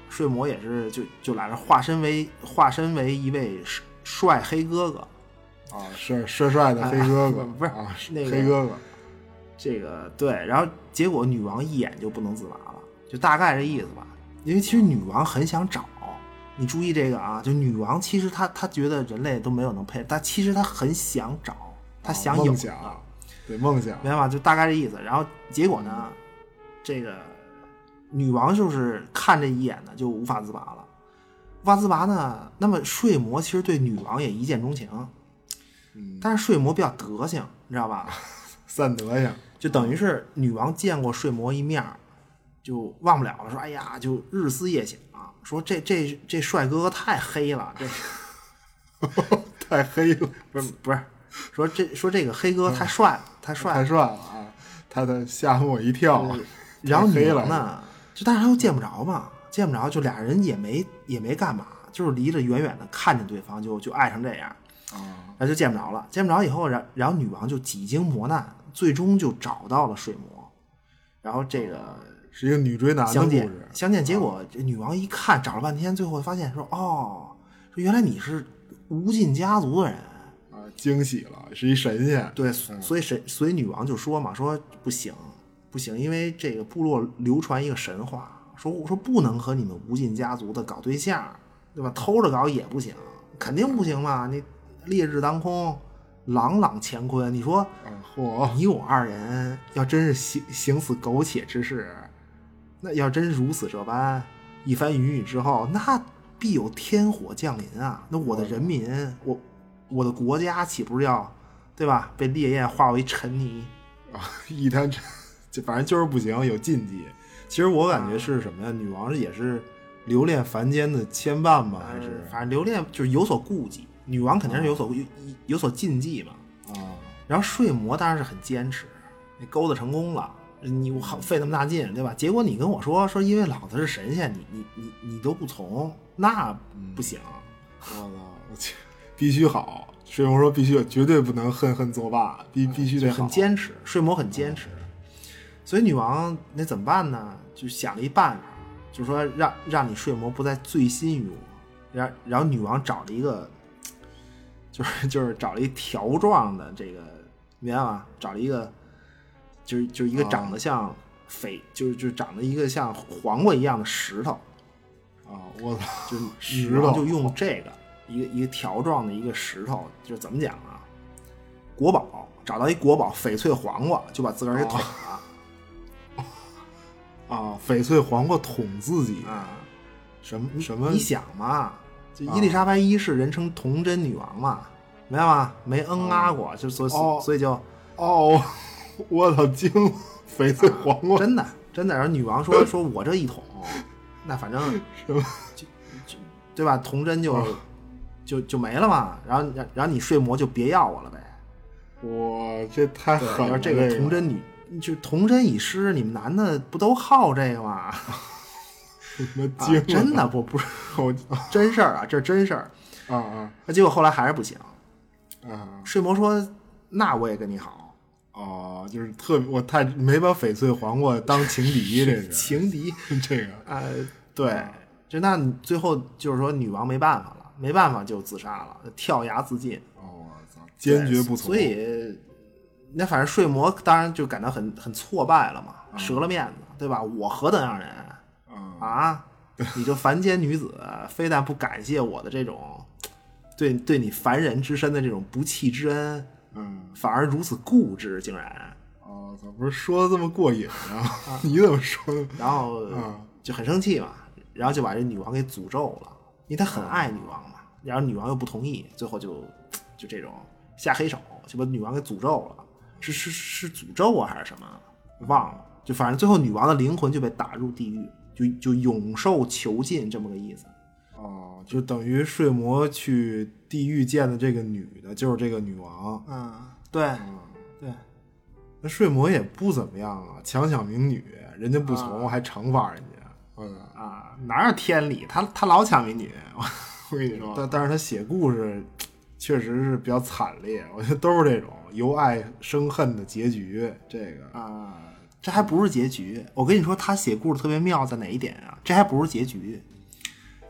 睡魔也是就就来这化身为化身为一位帅黑哥哥啊，帅帅帅的黑哥哥， 啊、不是、 啊， 那个黑哥哥。 这个对，然后结果女王一眼就不能自拔了，就大概这意思吧。因为其实女王很想找，你注意这个啊，就女王其实她她觉得人类都没有能配，但其实她很想找，她想有、啊、 梦想，对梦想， 明白吗？就大概这意思。然后结果呢，这个女王就是看这一眼呢就无法自拔了，无法自拔呢。那么睡魔其实对女王也一见钟情， 嗯， 但是睡魔比较德行，你知道吧？ 散德行。 就等于是女王见过睡魔一面，就忘不了了，说哎呀，就日思夜想，说这这这帅哥哥太黑了，这太黑了， 不是不是，说这说这个黑哥太帅了，太帅了， 太帅了啊！他的吓我一跳。 呃、然后女王呢，就但是他又见不着嘛，见不着，就俩人也没也没干嘛，就是离着远远的看见对方就就爱成这样啊， 然后就见不着了，见不着以后，然然后女王就几经磨难。最终就找到了睡魔，然后这个是一个女追男的故事。 相见，结果这女王一看，找了半天，最后发现说：“哦，说原来你是无尽家族的人啊，惊喜了，是一神仙。” 对，所以神，所以女王就说嘛，说不行，不行，因为这个部落流传一个神话，说我说不能和你们无尽家族的搞对象，对吧？偷着搞也不行，肯定不行嘛！你烈日当空。朗朗乾坤，你说， 嚯！ 你我二人要真是行行死苟且之事，那要真如此这般，一番云雨之后，那必有天火降临啊！那我的人民，我我的国家岂不是要，对吧？被烈焰化为尘泥啊！一滩尘，就反正就是不行，有禁忌。其实我感觉是什么呀？女王也是留恋凡间的牵绊吗？还是反正留恋就是有所顾忌。女王肯定是有所、啊、有, 有所禁忌嘛， 啊， 然后睡魔当然是很坚持，你勾搭成功了，你费那么大劲，对吧？结果你跟我说说，因为老子是神仙，你你你你都不从，那不行。 我操、嗯，必须好。睡魔说必须，绝对不能恨恨作罢，必必须得好。 很坚持，睡魔很坚持，嗯、所以女王那怎么办呢？就想了一办法，就是说让让你睡魔不再醉心于我，然然后女王找了一个。就是就是找了一条状的这个，明白吗？找了一个，就是就是一个长得像翡，啊、就是就是长得一个像黄瓜一样的石头啊！我操， 就石头就用这个一个一个条状的一个石头，就是怎么讲啊？国宝，找到一国宝翡翠黄瓜，就把自个儿给捅了。 啊, 啊，翡翠黄瓜捅自己啊？ 什么什么？ 你想嘛？就伊丽莎白一世人称童贞女王嘛，明白吗？没嗯啊过，就所以、 哦、 所以就哦，我操惊了，翡翠黄瓜、 啊、真的真的。然后女王说说我这一捅，那反正什么就就对吧？童贞就、哦、就就没了嘛。然后然后你睡魔就别要我了呗。 哇，这太狠了！ 这个童贞女就童贞已失，你们男的不都好这个吗？ 什么惊、啊啊？真的不不是我真事儿啊，这是真事儿啊啊！ 那结果后来还是不行啊。 睡魔说：“那我也跟你好。” 哦，就是特别，我太没把翡翠黄瓜当情敌，这是情敌， 这个啊、呃，对，就那最后就是说女王没办法了，没办法就自杀了，跳崖自尽。 哦，我操，坚决不从。 所以那反正睡魔当然就感到很很挫败了嘛， 啊、 折了面子，对吧？我何等样人？ 啊， 啊你这凡间女子，非但不感谢我的这种对对你凡人之身的这种不弃之恩， 嗯， 反而如此固执，竟然， 哦，怎么不是说的这么过瘾啊？啊你怎么说的？ 然后就很生气嘛，然后就把这女王给诅咒了，因为他很爱女王嘛，然后女王又不同意，最后就就这种下黑手，就把女王给诅咒了，是是是诅咒啊还是什么？忘了，就反正最后女王的灵魂就被打入地狱。就就永受囚禁这么个意思， 哦，就等于睡魔去地狱见的这个女的，就是这个女王。 嗯，对， 嗯、 对。 那睡魔也不怎么样啊，强抢民女，人家不从，啊、还惩罚人家。 嗯啊，哪有天理？他他老抢民女， 我跟你说。但但是他写故事确实是比较惨烈，我觉得都是这种由爱生恨的结局。这个啊。这还不是结局，我跟你说，他写故事特别妙在哪一点啊？这还不是结局，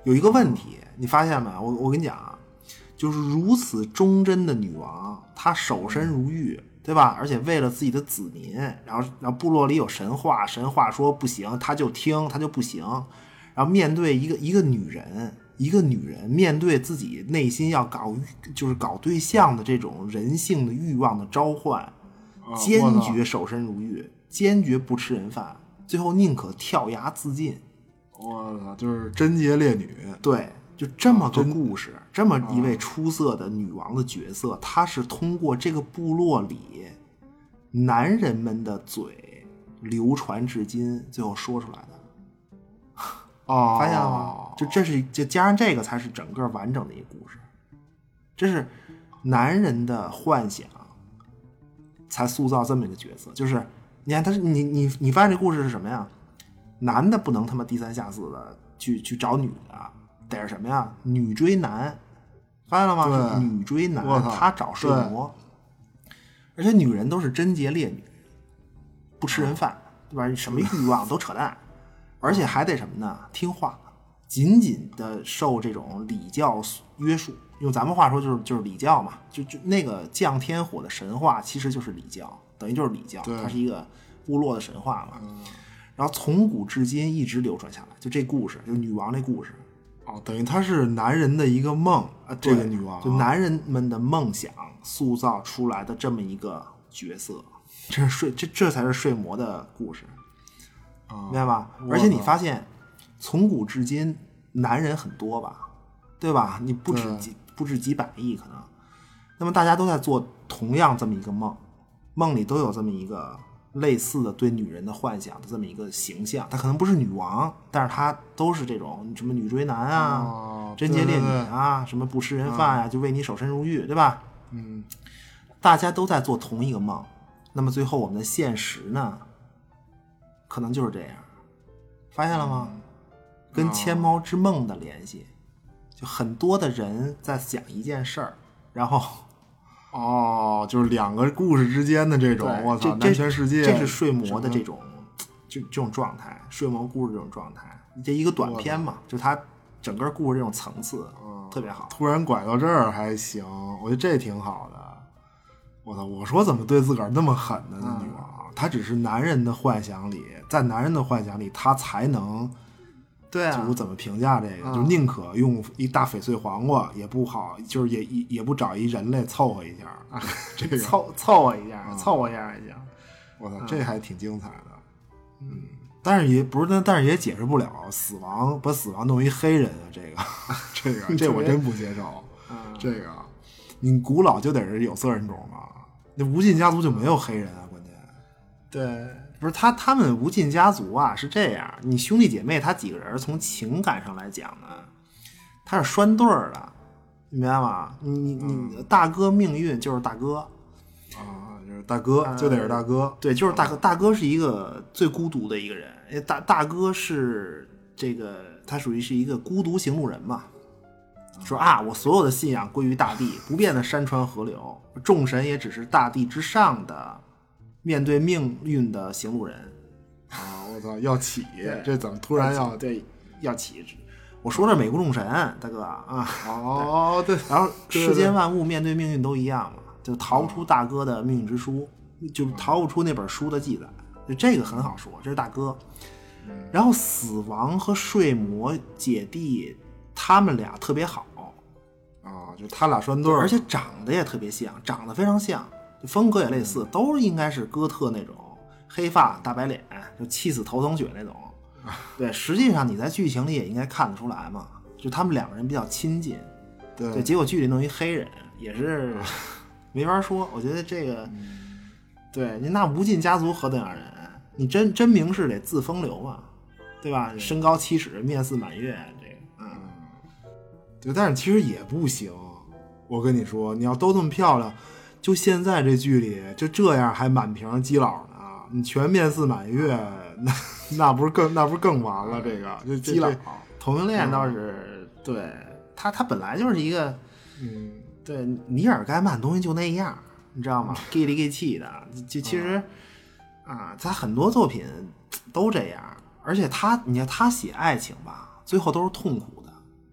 有一个问题，你发现没？我我跟你讲啊，就是如此忠贞的女王，她守身如玉，对吧？而且为了自己的子民，然后然后部落里有神话，神话说不行，她就听，她就不行。然后面对一个一个女人，一个女人面对自己内心要搞就是搞对象的这种人性的欲望的召唤， 啊坚决守身如玉，坚决不吃人饭，最后宁可跳崖自尽。 我操，就是贞洁烈女。 对，就这么个故事，啊、这么一位出色的女王的角色，啊、她是通过这个部落里男人们的嘴流传至今，最后说出来的。 哦， 发现了吗？就这是就加上这个才是整个完整的一个故事，这是男人的幻想才塑造这么一个角色。就是你看他是你你你发现这故事是什么呀？男的不能他妈低三下四的去去找女的，得是什么呀？女追男，发现了吗？是女追男，他找睡魔，而且女人都是贞洁烈女，不吃人饭，对吧？什么欲望都扯淡，而且还得什么呢？听话，紧紧的受这种礼教约束。用咱们话说就是就是礼教嘛，就就那个降天火的神话其实就是礼教，等于就是礼教，它是一个部落的神话嘛。嗯，然后从古至今一直流传下来，就这故事，就女王这故事， 哦，等于她是男人的一个梦啊，这个女王， 就男人们的梦想塑造出来的这么一个角色，这是睡，这这才是睡魔的故事， 啊， 明白吧？而且你发现，从古至今，男人很多吧，对吧？你不止几不止几百亿可能，那么大家都在做同样这么一个梦，梦里都有这么一个类似的对女人的幻想的这么一个形象，她可能不是女王，但是她都是这种什么女追男啊、 哦、 贞洁烈女啊，什么不吃人饭呀、啊，就为你守身如玉，对吧？ 嗯， 大家都在做同一个梦，那么最后我们的现实呢，可能就是这样，发现了吗？嗯、跟千猫之梦的联系，就很多的人在想一件事儿，然后。 哦，就是两个故事之间的这种，我操，男权世界， 这是睡魔的这种，就这种状态，睡魔故事这种状态，这一个短片嘛，就它整个故事这种层次，嗯，特别好。 突然拐到这儿还行，我觉得这挺好的。我操，我说怎么对自个儿那么狠呢？那女王，她只是男人的幻想里，在男人的幻想里，她才能。 对啊， 就怎么评价这个？嗯、就宁可用一大翡翠黄瓜，也不好，就是也也也不找一人类凑合一下啊，这个凑凑合一下，嗯、凑合一下也行。 我操，这还挺精彩的。嗯，但是也不是，但是也解释不了死亡把死亡弄一黑人啊，这个这个这我真不接受。嗯、这个你古老就得是有色人种嘛，那无尽家族就没有黑人啊，关键。 对。不是他，他们无尽家族啊是这样，你兄弟姐妹他几个人从情感上来讲呢，他是拴对儿的，你明白吗？你你你大哥命运就是大哥啊，就是大哥、呃、就得是大哥， 对，就是大哥。大哥是一个最孤独的一个人，因为大大哥是这个，他属于是一个孤独行路人嘛。说啊，我所有的信仰归于大地，不变的山川河流，众神也只是大地之上的。面对命运的行路人啊！我操，要起，这怎么突然要对要起？我说的美国众神，大哥啊！ 哦，对， 然后世间万物面对命运都一样嘛，就逃不出大哥的命运之书，就逃不出那本书的记载。就这个很好说，这是大哥。然后死亡和睡魔姐弟，他们俩特别好啊，就他俩拴对儿， 而且长得也特别像，长得非常像。风格也类似，都应该是哥特那种黑发大白脸，就气死头疼血那种。对，实际上你在剧情里也应该看得出来嘛，就他们两个人比较亲近。 对， 对，结果剧里弄一黑人，也是没法说。我觉得这个，嗯、对你那无尽家族何等样人，你真真名是得自风流嘛，对吧？对，身高七尺，面似满月，这个，嗯， 对，但是其实也不行。我跟你说，你要都这么漂亮。就现在这剧里就这样还满屏基佬呢，你全面似满月，那那不是更那不是更完了？这个就基佬同性恋倒是、嗯、对他他本来就是一个嗯， 对尼尔盖曼东西就那样，你知道吗？gay 里 gay 气的，就其实、嗯、啊，他很多作品都这样，而且他你看他写爱情吧，最后都是痛苦的，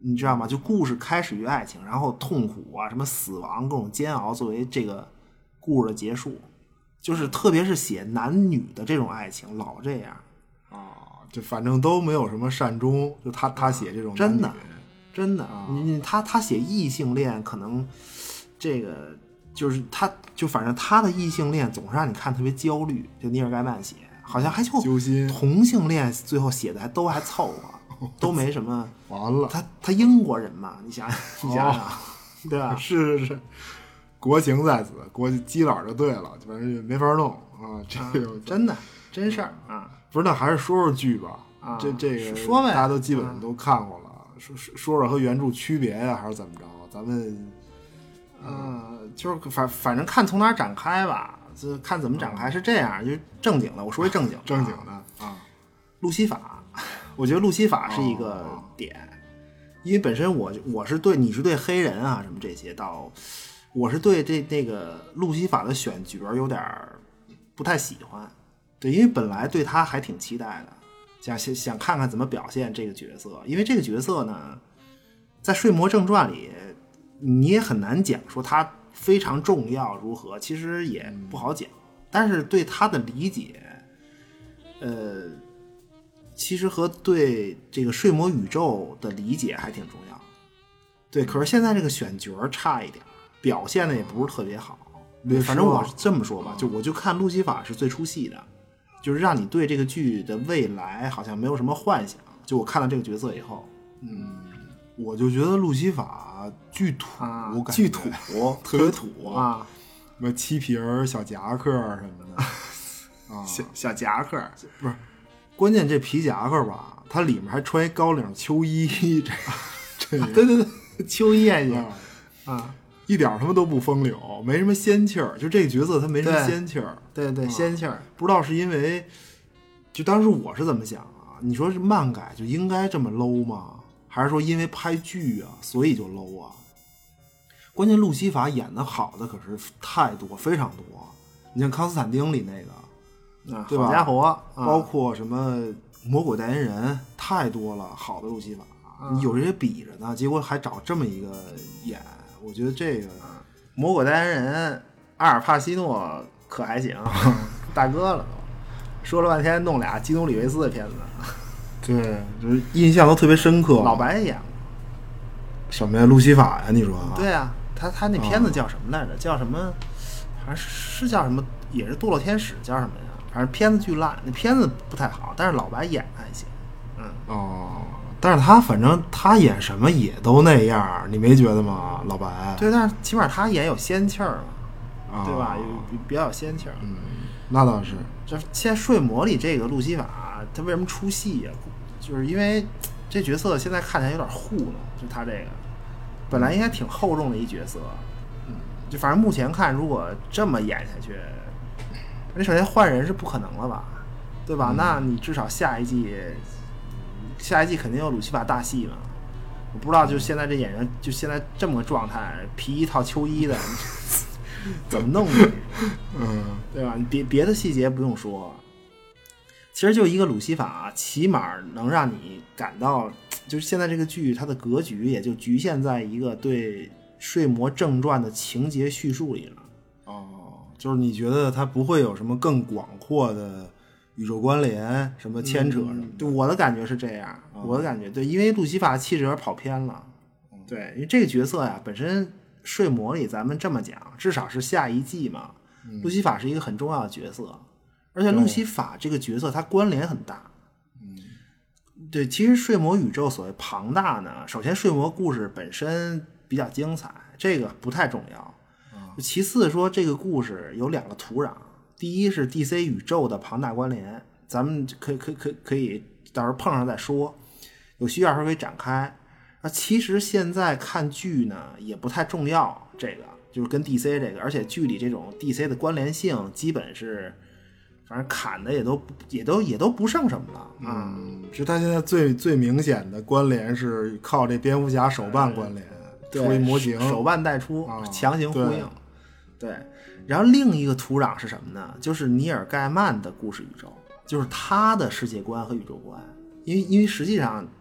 你知道吗？就故事开始于爱情，然后痛苦啊，什么死亡、各种煎熬作为这个故事的结束，就是特别是写男女的这种爱情，老这样啊，就反正都没有什么善终，就他他写这种真的男女真的，啊、你他他写异性恋，可能这个就是他就反正他的异性恋总是让你看特别焦虑，就尼尔盖曼写，好像还就揪心， 同性恋最后写的还都还凑合。都没什么， 完了， 他他英国人嘛，你想想，你想想，哦、对吧？ 是是是，国情在此，国基佬就对了，反正没法弄啊。这个、 啊、真的真事儿啊， 不是，那还是说说剧吧。 啊， 这这个说呗， 大家都基本上都看过了，啊、说说说和原著区别呀、啊，还是怎么着？咱们， 呃、啊，就是反反正看从哪儿展开吧，就看怎么展开。是这样，就是正经的，我说一正经的、啊， 正经的啊， 路西法。我觉得路西法是一个点，哦、因为本身我我是对你是对黑人啊什么这些，到我是对这那个路西法的选角有点不太喜欢，对，因为本来对他还挺期待的，想想想看看怎么表现这个角色，因为这个角色呢，在《睡魔正传》里你也很难讲说他非常重要如何，其实也不好讲，但是对他的理解，呃。其实和对这个睡魔宇宙的理解还挺重要，对。可是现在这个选角差一点，表现的也不是特别好。对，反正我是这么说吧，就我就看路西法是最出戏的，就是让你对这个剧的未来好像没有什么幻想。就我看到这个角色以后， 嗯，我就觉得路西法巨土， 啊、 感觉巨土， 特别土啊， 什么漆皮儿、小夹克什么的啊， 小小夹克不是。关键这皮夹克吧，它里面还穿一高领秋衣，这这、 啊、对对对，秋衣也行啊， 一点他妈都不风流，没什么仙气儿。就这个角色他没什么仙气儿， 对 对, 对、啊、仙气儿。 不知道是因为，就当时我是怎么想啊？你说是漫改就应该这么 low 吗？还是说因为拍剧啊，所以就 low 啊？关键路西法演的好的可是太多，非常多。你像康斯坦丁里那个。 啊， 对吧？ 好家伙，啊、 包括什么魔鬼代言人，太多了，好的路西法， 啊、 有这些比着呢，结果还找这么一个演，我觉得这个魔鬼代言人阿尔帕西诺可还行，大哥了都，说了半天弄俩基努里维斯的片子， 对，就是印象都特别深刻。 老白也演过什么呀？路西法呀？你说？ 对啊，他他那片子叫什么来着？啊、叫什么？还是是叫什么？也是堕落天使，叫什么呀？反正片子巨烂，那片子不太好，但是老白演的还行。嗯哦，但是他反正他演什么也都那样，你没觉得吗？老白。 对，但是起码他演有仙气儿嘛， 哦、 对吧？有比较有仙气儿。 嗯，那倒是。 这现在睡魔里这个路西法，他为什么出戏呀、啊？就是因为这角色现在看起来有点糊弄，就他这个本来应该挺厚重的一角色，嗯，就反正目前看，如果这么演下去。你首先换人是不可能了吧，对吧？嗯、那你至少下一季，下一季肯定有鲁西法大戏嘛。我不知道，就现在这演员，就现在这么个状态，皮衣套秋衣的，怎么弄的？ 嗯， 对吧？你别别的细节不用说，其实就一个鲁西法，起码能让你感到，就是现在这个剧它的格局也就局限在一个对《睡魔正传》的情节叙述里了。 就是你觉得它不会有什么更广阔的宇宙关联，什么牵扯什么的？ 对、嗯，我的感觉是这样，嗯、我的感觉对，因为路西法气质有点跑偏了。嗯、对，因为这个角色呀，本身睡魔里咱们这么讲，至少是下一季嘛， 嗯、 路西法是一个很重要的角色，而且路西法这个角色它关联很大。 嗯， 对，其实睡魔宇宙所谓庞大呢，首先睡魔故事本身比较精彩，这个不太重要。其次说这个故事有两个土壤，第一是 D C 宇宙的庞大关联，咱们可以可以可以可以到时候碰上再说，有需要时候可以展开。啊，其实现在看剧呢也不太重要，这个就是跟 D C 这个，而且剧里这种 D C 的关联性基本是，反正砍的也都也都也都不剩什么了啊。 嗯，是他现在最最明显的关联是靠这蝙蝠侠手办关联， 对， 出一模型， 手办带出， 啊、 强行呼应。对，然后另一个土壤是什么呢？就是尼尔盖曼的故事宇宙，就是他的世界观和宇宙观。因为因为实际上，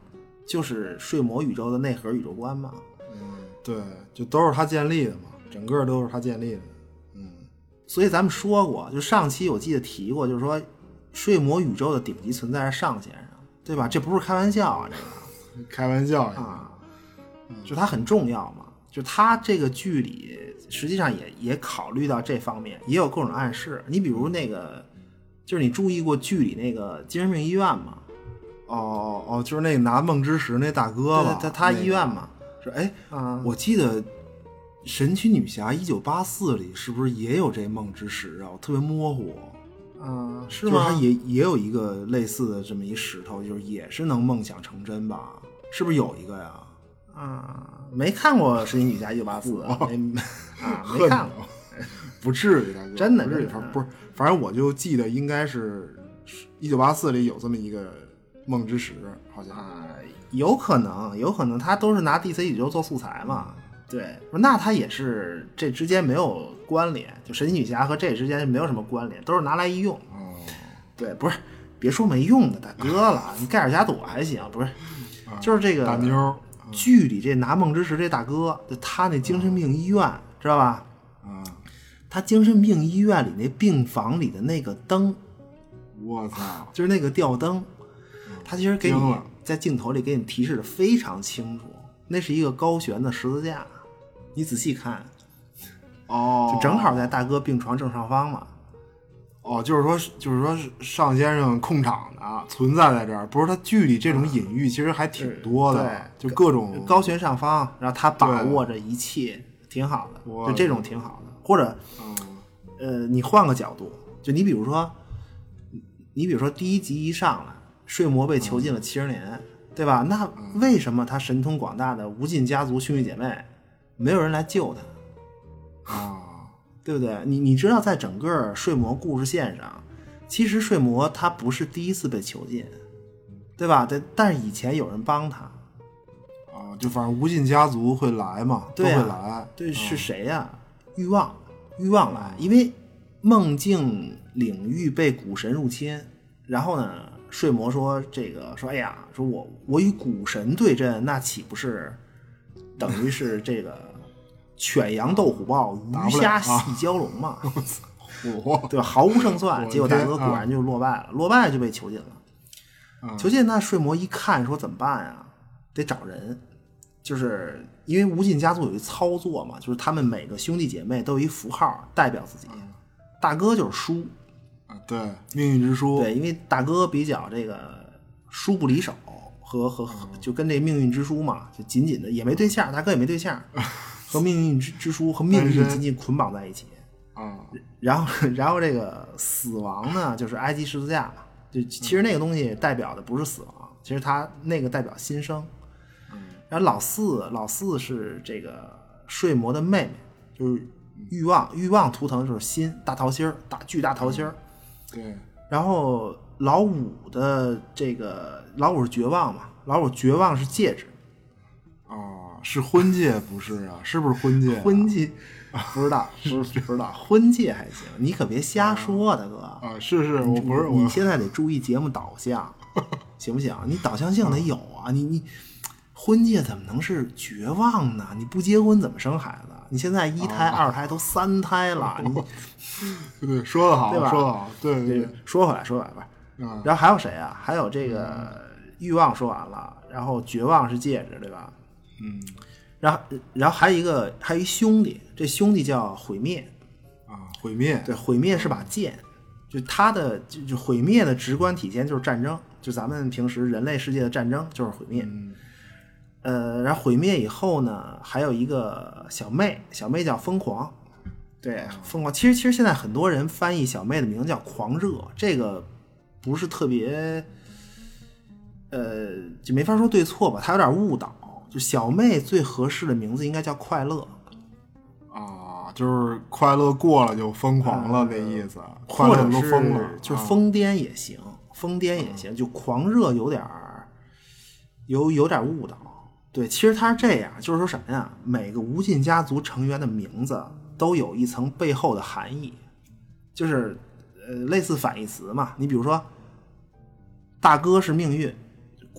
就是睡魔宇宙的内核宇宙观嘛。 嗯，对，就都是他建立的嘛，整个都是他建立的。嗯， 所以咱们说过，就上期我记得提过，就是说睡魔宇宙的顶级存在是上先生，对吧？这不是开玩笑啊，这个开玩笑啊，就它很重要嘛。就它这个剧里实际上也也考虑到这方面，也有各种暗示。你比如那个，就是你注意过剧里那个精神病医院吗？ 哦哦，就是那个拿梦之石那大哥吧， 他他医院嘛。 是哎， 啊， 我记得神奇女侠一九八四里是不是也有这梦之石啊？我特别模糊。 嗯，是吗？ 就是它也也有一个类似的这么一石头，就是也是能梦想成真吧？是不是有一个呀？ 啊，没看过《神奇女侠一九八四》，没啊，没看过， 不至于，大哥， 真的， 不至于，不是，反正我就记得应该是一九八四里有这么一个梦之石，好像啊，有可能，有可能他都是拿 D C 宇宙做素材嘛。对，那他也是这之间没有关联，就神奇女侠和这之间没有什么关联，都是拿来一用。 哦， 对，不是，别说没用的大哥了，你盖尔加朵还行，不是，就是这个大妞。 剧里这拿梦之石这大哥，他那精神病医院、嗯、知道吧？ 啊、嗯， 他精神病医院里那病房里的那个灯， 我操， 就是那个吊灯，他其实给你在镜头里给你提示的非常清楚，那是一个高悬的十字架，你仔细看， 哦， 就正好在大哥病床正上方嘛。 哦，就是说，就是说，尚先生控场的存在在这儿，不是他剧里这种隐喻其实还挺多的， 对， 就各种高悬上方，然后他把握着一切，挺好的，就这种挺好的。或者， 嗯、 呃，你换个角度，就你比如说，你比如说第一集一上来，睡魔被囚禁了七十年，嗯、对吧？那为什么他神通广大的无尽家族兄弟姐妹没有人来救他啊？ 对不对？你你知道，在整个睡魔故事线上，其实睡魔他不是第一次被囚禁，对吧？但但是以前有人帮他， 啊，就反正无尽家族会来嘛， 对、啊、 都会来。 对， 嗯、 是谁呀、啊？欲望，欲望来，因为梦境领域被古神入侵，然后呢，睡魔说这个说，哎呀，说我我与古神对阵，那岂不是等于是这个？犬羊斗虎豹，鱼虾戏蛟龙嘛， 啊、 对吧？毫无胜算。结果大哥果然就落败了，啊、落败就被囚禁了。 啊、 囚禁那睡魔一看说怎么办呀？得找人，就是因为无尽家族有一操作嘛，就是他们每个兄弟姐妹都有一符号代表自己。啊、大哥就是书啊，对，命运之书。 对，因为大哥比较这个书不离手，和和就跟这命运之书嘛，就紧紧的也没对象，大哥也没对象。和命运之之书和命运紧紧捆绑在一起啊， 然后然后这个死亡呢，就是埃及十字架嘛，就其实那个东西代表的不是死亡，其实它那个代表新生。然后老四老四是这个睡魔的妹妹，就是欲望，欲望图腾就是心大桃心儿，大巨大桃心儿。 对。 然后老五的这个老五是绝望嘛，老五绝望是戒指。 哦，是婚戒不是啊？是不是婚戒、啊？ 婚戒不知道，不是不知道，婚戒还行，你可别瞎说，大哥。 啊，是是，我不是你，你现在得注意节目导向，行不行？你导向性得有啊，你你婚戒怎么能是绝望呢？你不结婚怎么生孩子？你现在一胎、啊、二胎都三胎了， 你对，说得好， 对吧？ 说得好，对对对。 说回来，说回来吧。 嗯、 然后还有谁啊？还有这个欲望说完了，然后绝望是戒指，对吧？ 嗯， 然后，然后还有一个，还有一兄弟，这兄弟叫毁灭， 啊，毁灭， 对，毁灭是把剑，就他的就就毁灭的直观体现就是战争，就咱们平时人类世界的战争就是毁灭， 嗯、 呃，然后毁灭以后呢，还有一个小妹，小妹叫疯狂，对，疯狂，其实其实现在很多人翻译小妹的名字叫狂热，这个不是特别，呃，就没法说对错吧，他有点误导。就小妹最合适的名字应该叫快乐啊，就是快乐过了就疯狂了那、呃、意思， 或者都疯了， 就是疯癫也行，啊、疯癫也行，就狂热有点有有点误导。对，其实他是这样，就是说什么呀？每个无尽家族成员的名字都有一层背后的含义，就是呃类似反义词嘛。你比如说，大哥是命运。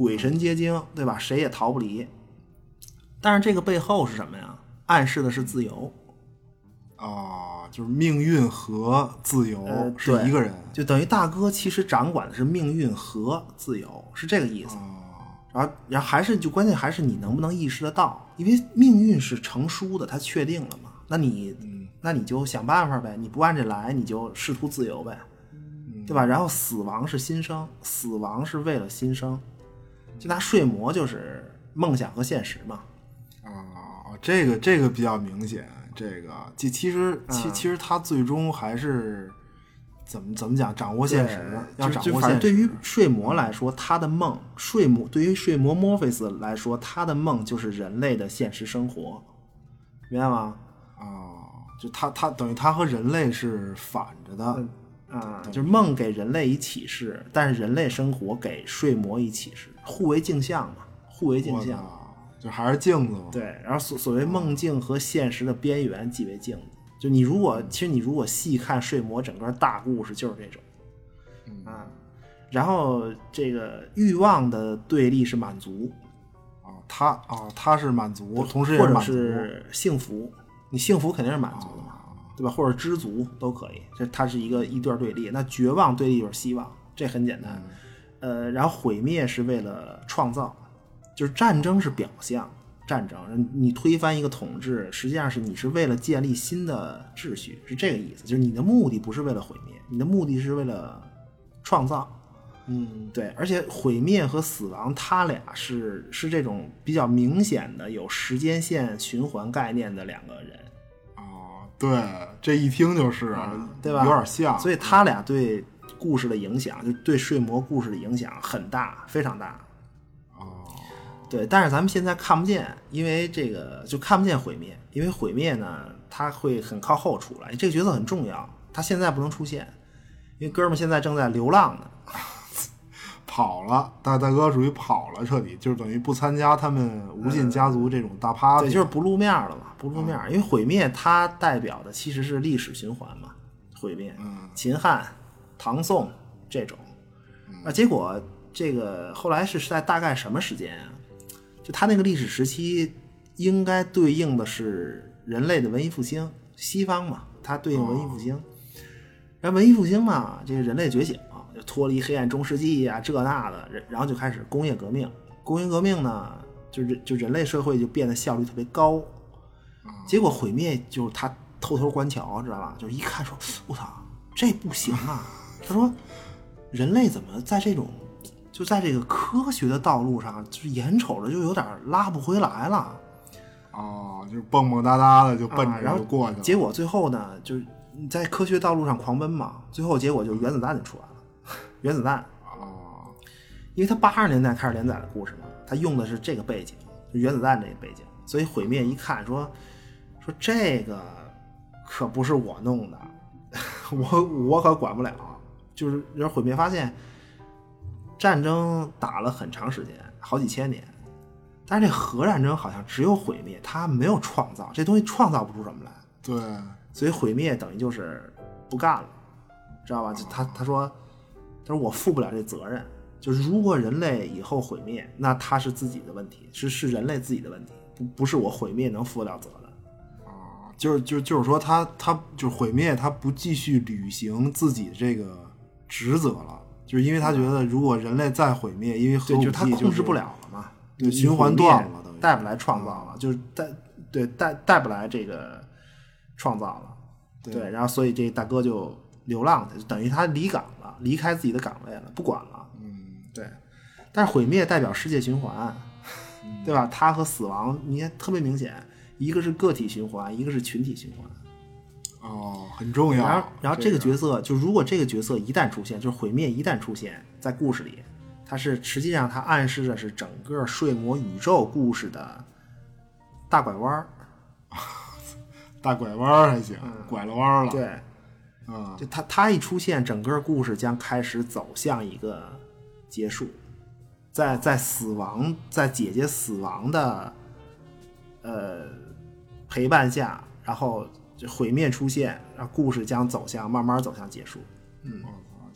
鬼神皆惊，对吧？谁也逃不离。但是这个背后是什么呀？暗示的是自由啊，就是命运和自由是一个人， 呃、就等于大哥其实掌管的是命运和自由，是这个意思。 啊然后，然后还是就关键还是你能不能意识得到，因为命运是成书的，它确定了嘛。那你，嗯、那你就想办法呗，你不按这来，你就试图自由呗，嗯、对吧？然后死亡是新生，死亡是为了新生，就拿睡魔就是梦想和现实嘛。 啊，这个这个比较明显，这个其其实其、嗯、其实他最终还是。怎么怎么讲？掌握现实，要掌握现实。 对于睡魔来说，他的梦，睡魔对于睡魔墨菲斯来说，他的梦就是人类的现实生活，明白吗？ 啊、哦，就他他等于他和人类是反着的，啊、 嗯，就是梦给人类以启示，但是人类生活给睡魔以启示，互为镜像嘛，互为镜像， 就还是镜子嘛。 对，然后所所谓梦境和现实的边缘即为镜子。就你如果其实你如果细看睡魔整个大故事就是这种， 嗯啊，然后这个欲望的对立是满足， 啊，他啊他是满足，同时也或者是幸福，你幸福肯定是满足的嘛，啊、对吧？或者知足都可以，这它是一个一对对立。那绝望对立就是希望，这很简单，嗯、呃，然后毁灭是为了创造，就是战争是表象。战争，你推翻一个统治，实际上是你是为了建立新的秩序，是这个意思。就是你的目的不是为了毁灭，你的目的是为了创造。 嗯， 对，而且毁灭和死亡，它俩是是这种比较明显的有时间线循环概念的两个人。 哦，对，这一听就是， 嗯、对吧？ 有点像。 所以他俩对故事的影响，就对睡魔故事的影响很大，非常大。对，但是咱们现在看不见，因为这个就看不见毁灭，因为毁灭呢，它会很靠后出来，这个角色很重要，他现在不能出现，因为哥们现在正在流浪呢， 跑了，大大哥属于跑了，彻底就是等于不参加他们无尽家族这种大 party，、 嗯、对，就是不露面了嘛，不露面，嗯、因为毁灭它代表的其实是历史循环嘛，毁灭， 嗯， 秦汉、唐宋这种，啊，结果这个后来是在大概什么时间啊？就他那个历史时期应该对应的是人类的文艺复兴，西方嘛，它对应文艺复兴。然后文艺复兴嘛，这个人类觉醒嘛，就脱离黑暗中世纪啊，这那的，然后就开始工业革命。工业革命呢，就是就人类社会就变得效率特别高。结果毁灭就是他偷偷观瞧，知道吧？就是一看说，我操，这不行啊！他说，人类怎么在这种就在这个科学的道路上，就是眼瞅着就有点拉不回来了。 哦，就是蹦蹦哒哒的就奔着就过去了、 啊、结果最后呢，就是你在科学道路上狂奔嘛，最后结果就原子弹就出来了。原子弹哦， 因为他八十年代开始连载的故事嘛，他用的是这个背景，就原子弹这个背景，所以毁灭一看说说这个可不是我弄的，我我可管不了。就是然后毁灭发现战争打了很长时间，好几千年，但是这核战争好像只有毁灭，它没有创造，这东西创造不出什么来。 对， 所以毁灭等于就是不干了，知道吧？就他他说他说我负不了这责任，就是如果人类以后毁灭，那他是自己的问题，是是人类自己的问题，不不是我毁灭能负得了责的。 啊，就是就就是说他他就是毁灭，他不继续履行自己这个职责了。就是因为他觉得，如果人类再毁灭，因为核武器、就是、 他控制不了了嘛， 对，循环断了， 带不来创造了，就是带对带带不来这个创造了，对，对然后所以这大哥就流浪去，就等于他离岗了，离开自己的岗位了，不管了， 嗯， 对。但是毁灭代表世界循环， 嗯、 对吧？它和死亡你看特别明显，一个是个体循环，一个是群体循环。 哦，很重要。 然后，然后这个角色、这个、就如果这个角色一旦出现，就是毁灭一旦出现在故事里，它是实际上它暗示的是整个睡魔宇宙故事的大拐弯大拐弯还行、嗯，拐了弯了。 对， 啊、 嗯，就它它一出现，整个故事将开始走向一个结束，在在死亡，在姐姐死亡的呃陪伴下，然后。毁灭出现，然后故事将走向慢慢走向结束。 嗯，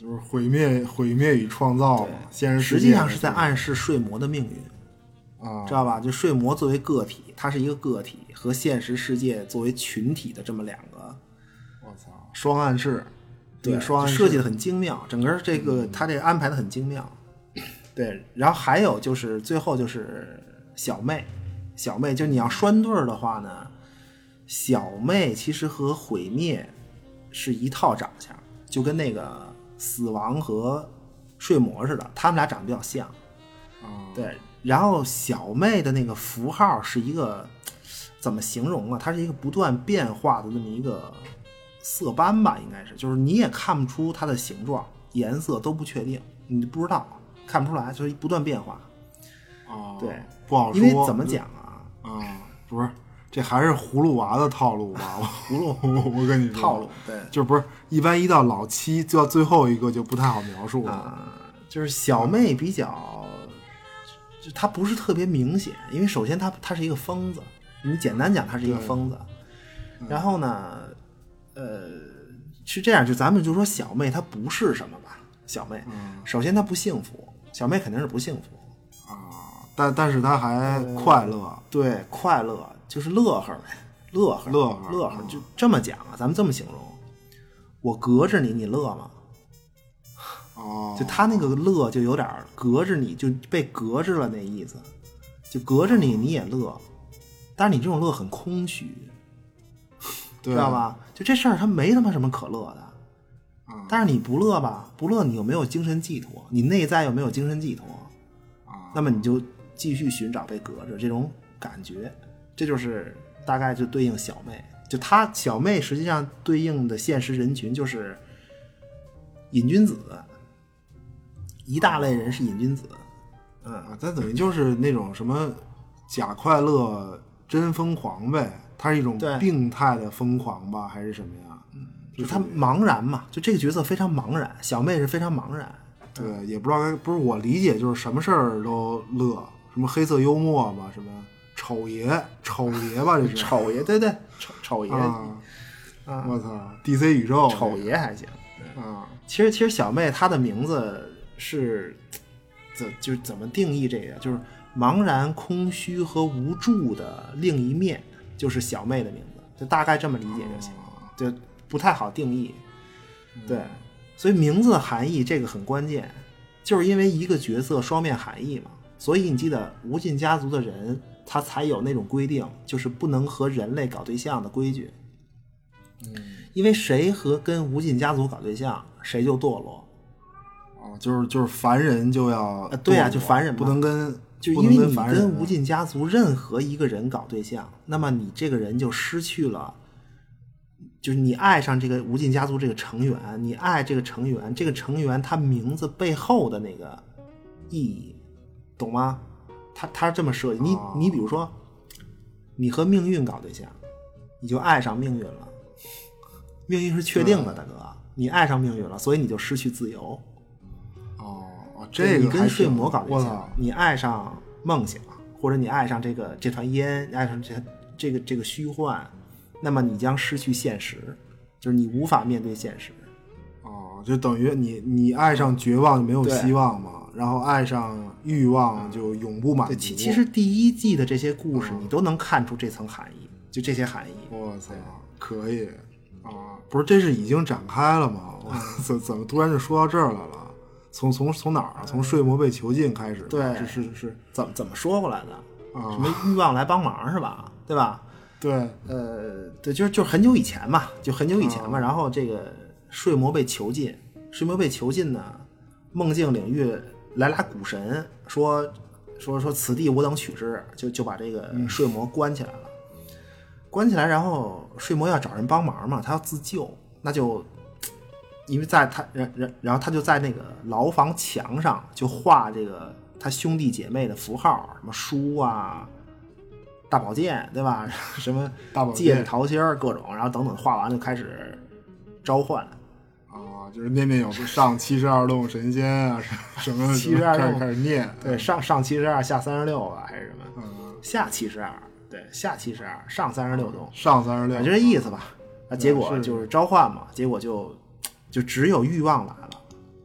就是毁灭毁灭与创造嘛，现实实际上是在暗示睡魔的命运啊， 知道吧？就睡魔作为个体，它是一个个体和现实世界作为群体的这么两个， 我操，双暗示， 对， 双暗示设计的很精妙，整个这个他这个安排的很精妙。对，然后还有就是最后就是小妹，小妹就你要拴对儿的话呢，小妹其实和毁灭是一套长相，就跟那个死亡和睡魔似的，他们俩长得比较像。 啊， 对，然后小妹的那个符号是一个怎么形容啊？它是一个不断变化的那么一个色斑吧，应该是，就是你也看不出它的形状、颜色都不确定，你不知道，看不出来，就是不断变化。 哦， 对， 不好说。 因为怎么讲啊？ 啊，不是，这还是葫芦娃的套路吧？葫芦，我我跟你说， 套路，对， 就不是一般一到老七，就到最后一个就不太好描述了。 啊，就是小妹比较，就她不是特别明显，因为首先她她是一个疯子，你简单讲她是一个疯子，然后呢，呃，是这样，就咱们就说小妹她不是什么吧？小妹， 嗯、 首先她不幸福，小妹肯定是不幸福啊，但但是她还快乐，呃、 对，快乐就是乐呵呗，乐呵乐呵乐呵，就这么讲啊，咱们这么形容，我隔着你，你乐吗？ 哦， 就他那个乐就有点隔着你，就被隔着了那意思，就隔着你你也乐，但是你这种乐很空虚，知道吧？就这事儿它没他妈什么可乐的， 嗯、 但是你不乐吧，不乐你有没有精神寄托？你内在有没有精神寄托？ 啊， 那么你就继续寻找被隔着这种感觉，这就是大概就对应小妹，就她小妹实际上对应的现实人群就是瘾君子。一大类人是瘾君子，嗯， 啊，它等于就是那种什么假快乐真疯狂呗，它是一种病态的疯狂吧，还是什么呀？ 嗯，就他茫然嘛，就这个角色非常茫然，小妹是非常茫然， 对，嗯、也不知道该，不是我理解就是什么事儿都乐，什么黑色幽默吧，什么丑爷丑爷吧，这是丑爷，对对，丑丑爷啊， 啊， 我操 ，D C 宇宙丑爷还行啊， 其实其实小妹她的名字。是怎就是怎么定义这个？就是茫然、空虚和无助的另一面，就是小妹的名字，就大概这么理解就行，就不太好定义。对，所以名字的含义这个很关键，就是因为一个角色双面含义嘛。所以你记得无尽家族的人，他才有那种规定，就是不能和人类搞对象的规矩。 嗯， 因为谁和跟无尽家族搞对象，谁就堕落。 就是就是凡人就要、 呃、对啊，就凡人不能跟， 就因为你跟无尽家族任何一个人搞对象，那么你这个人就失去了，就是你爱上这个无尽家族这个成员，你爱这个成员，这个成员他名字背后的那个意义，懂吗？他他这么设计，你你比如说，你和命运搞对象，你就爱上命运了，命运是确定的，大哥，你爱上命运了，所以你就失去自由。 这个你跟睡魔搞对象，你爱上梦想，或者你爱上这个这团烟，爱上这这个这个虚幻，那么你将失去现实，就是你无法面对现实。 哦，就等于你你爱上绝望就没有希望嘛，然后爱上欲望就永不满足。 其其实第一季的这些故事，你都能看出这层含义，就这些含义。 我操，可以啊！不是，这是已经展开了吗？怎怎么突然就说到这儿来了？从从从哪儿啊？从睡魔被囚禁开始， 对， 是是是， 怎么怎么说过来的？ 啊， 什么欲望来帮忙是吧？对吧？ 对， 呃，对，就是就是很久以前嘛，就很久以前嘛。啊、然后这个睡魔被囚禁，睡魔被囚禁呢，梦境领域来俩古神说说说此地我等取之，就就把这个睡魔关起来了，嗯、关起来，然后睡魔要找人帮忙嘛，他要自救，那就。因为在他然然然后他就在那个牢房墙上就画这个他兄弟姐妹的符号，什么书啊、大宝剑，对吧？什么戒指、桃心各种，然后等等画完就开始召唤啊，就是念念有词，上七十二洞神仙啊，什么七十二洞开始念， 对，上上七十二，下三十六啊，还是什么？ 嗯， 下七十二，对，下七十二，上三十六洞， 上三十六， 就这意思吧。啊，结果就是召唤嘛，结果就。就只有欲望来了，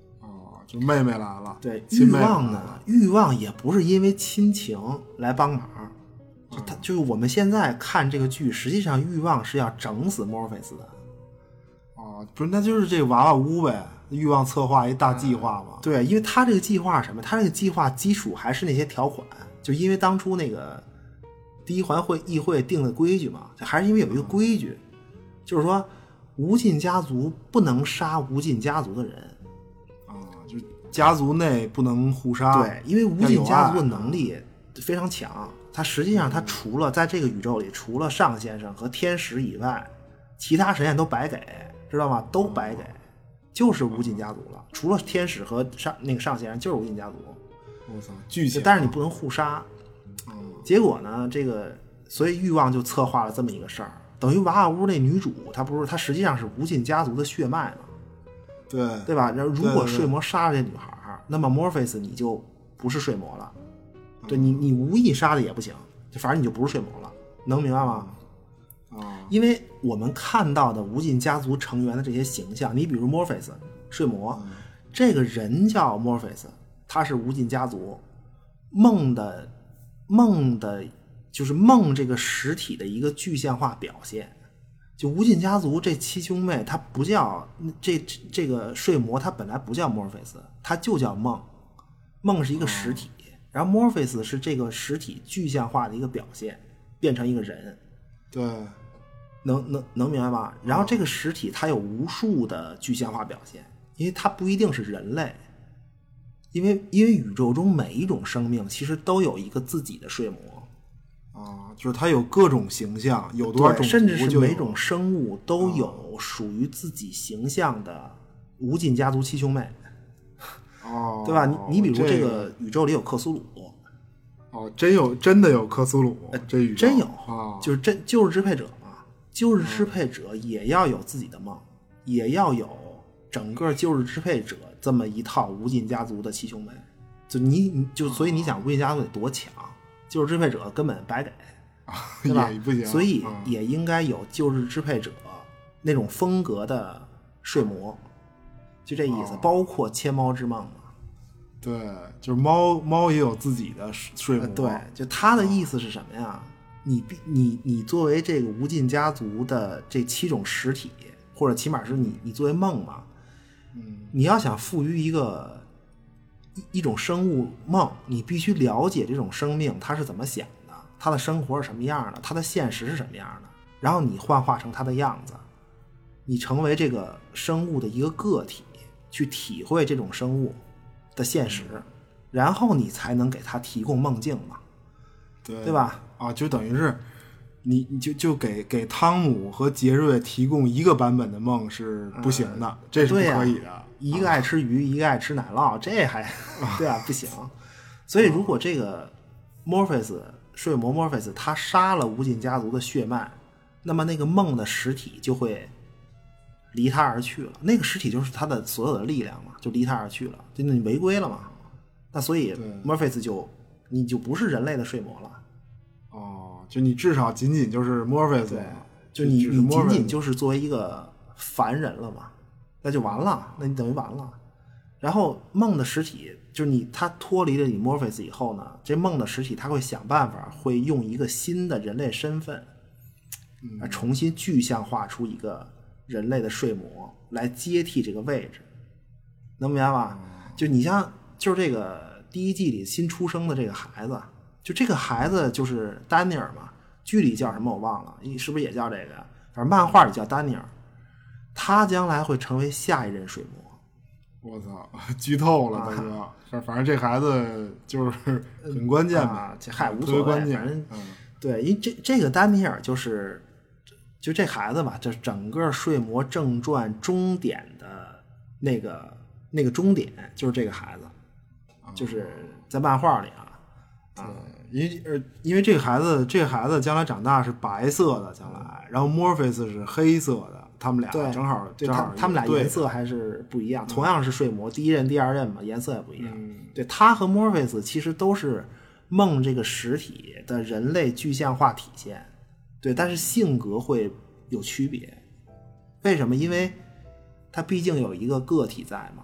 就妹妹来了。 对， 亲妹妹欲望呢，欲望也不是因为亲情来帮忙，就他、嗯、就是我们现在看这个剧，实际上欲望是要整死墨菲斯的。 哦，不是，那就是这个娃娃屋呗，欲望策划一大计划嘛。 嗯、对，因为他这个计划什么？他这个计划基础还是那些条款，就因为当初那个第一环会议会定的规矩嘛，还是因为有一个规矩，嗯、就是说无尽家族不能杀无尽家族的人。 啊、嗯，就家族内不能互杀。 对，因为无尽家族的能力非常强，他实际上他除了在这个宇宙里，除了上先生和天使以外，其他神仙都白给。知道吗？都白给，就是无尽家族了。除了天使和上那个上仙人，就是无尽家族。 我操，巨强！ 但是你不能互杀。 嗯。 结果呢，这个所以欲望就策划了这么一个事儿，等于娃娃屋那女主，她不是她实际上是无尽家族的血脉嘛？ 对对吧？然后如果睡魔杀了这女孩，那么 Morpheus 你就不是睡魔了。嗯、对你，你无意杀的也不行，就反正你就不是睡魔了，能明白吗？ 啊， 因为我们看到的无尽家族成员的这些形象，你比如 Morpheus 睡魔、嗯、这个人叫 Morpheus， 他是无尽家族梦的梦的就是梦这个实体的一个具象化表现。就无尽家族这七兄妹，他不叫这这个睡魔，他本来不叫 Morpheus， 他就叫梦，梦是一个实体、嗯、然后 Morpheus 是这个实体具象化的一个表现，变成一个人。 对， 能能能明白吧？然后这个实体它有无数的具象化表现，因为它不一定是人类，因为因为宇宙中每一种生命其实都有一个自己的睡魔啊，就是它有各种形象，有多少种， 甚至是每种生物都有属于自己形象的无尽家族七兄妹。 哦， 对吧？你你比如这个宇宙里有克苏鲁。 哦，真有，真的有克苏鲁，这宇宙真有啊， 就是真旧日支配者嘛，旧日支配者也要有自己的梦，嗯、也要有整个旧日支配者这么一套无尽家族的七兄妹，就你就所以你想无尽家族得多强，旧日支配者根本白给， 啊、 对吧？ 也不行， 所以也应该有旧日支配者那种风格的睡魔，就这意思， 哦、 包括千猫之梦嘛。 对，就是猫猫也有自己的睡魔、呃。 对，就他的意思是什么呀？你你你作为这个无尽家族的这七种实体，或者起码是你你作为梦嘛， 嗯， 你要想赋予一个一一种生物梦，你必须了解这种生命它是怎么想的，它的生活是什么样的，它的现实是什么样的，然后你幻化成它的样子，你成为这个生物的一个个体，去体会这种生物的现实，然后你才能给他提供梦境嘛， 对对吧？ 啊，就等于是你你就就给给汤姆和杰瑞提供一个版本的梦是不行的，呃、这是不可以的。 啊、一个爱吃鱼，啊、一个爱吃奶酪，这还对啊，不行。所以如果这个 Morpheus 睡魔 Morpheus 他杀了无尽家族的血脉，那么那个梦的实体就会离他而去了，那个实体就是他的所有的力量嘛，就离他而去了，就你违规了嘛。那所以 Morpheus 就你就不是人类的睡魔了。 哦，就你至少仅仅就是 Morpheus， 对，就你你仅仅就是作为一个凡人了嘛，那就完了，那你等于完了。然后梦的实体就是你，他脱离了你 Morpheus 以后呢，这梦的实体他会想办法，会用一个新的人类身份，嗯，重新具象化出一个人类的睡魔来接替这个位置，能明白吧？就你像就是这个第一季里新出生的这个孩子，就这个孩子就是丹尼尔嘛，剧里叫什么我忘了，是不是也叫这个？反正漫画里叫丹尼尔，他将来会成为下一任睡魔。 我操，剧透了大哥！啊、反正这孩子就是很关键吧， 啊、这还无所谓， 关键反正、 嗯、 对，因为这这个丹尼尔就是就这孩子吧，这整个睡魔正传终点的那个那个终点就是这个孩子， 啊、 就是在漫画里啊， 啊，因为呃因为这个孩子这个孩子将来长大是白色的，将来，然后 Morpheus 是黑色的。他们俩正好， 对正好他他们俩颜色还是不一样，同样是睡魔，第一任、第二任嘛，颜色也不一样。嗯、对，他和 Morpheus 其实都是梦这个实体的人类具象化体现，对，但是性格会有区别。为什么？因为他毕竟有一个个体在嘛，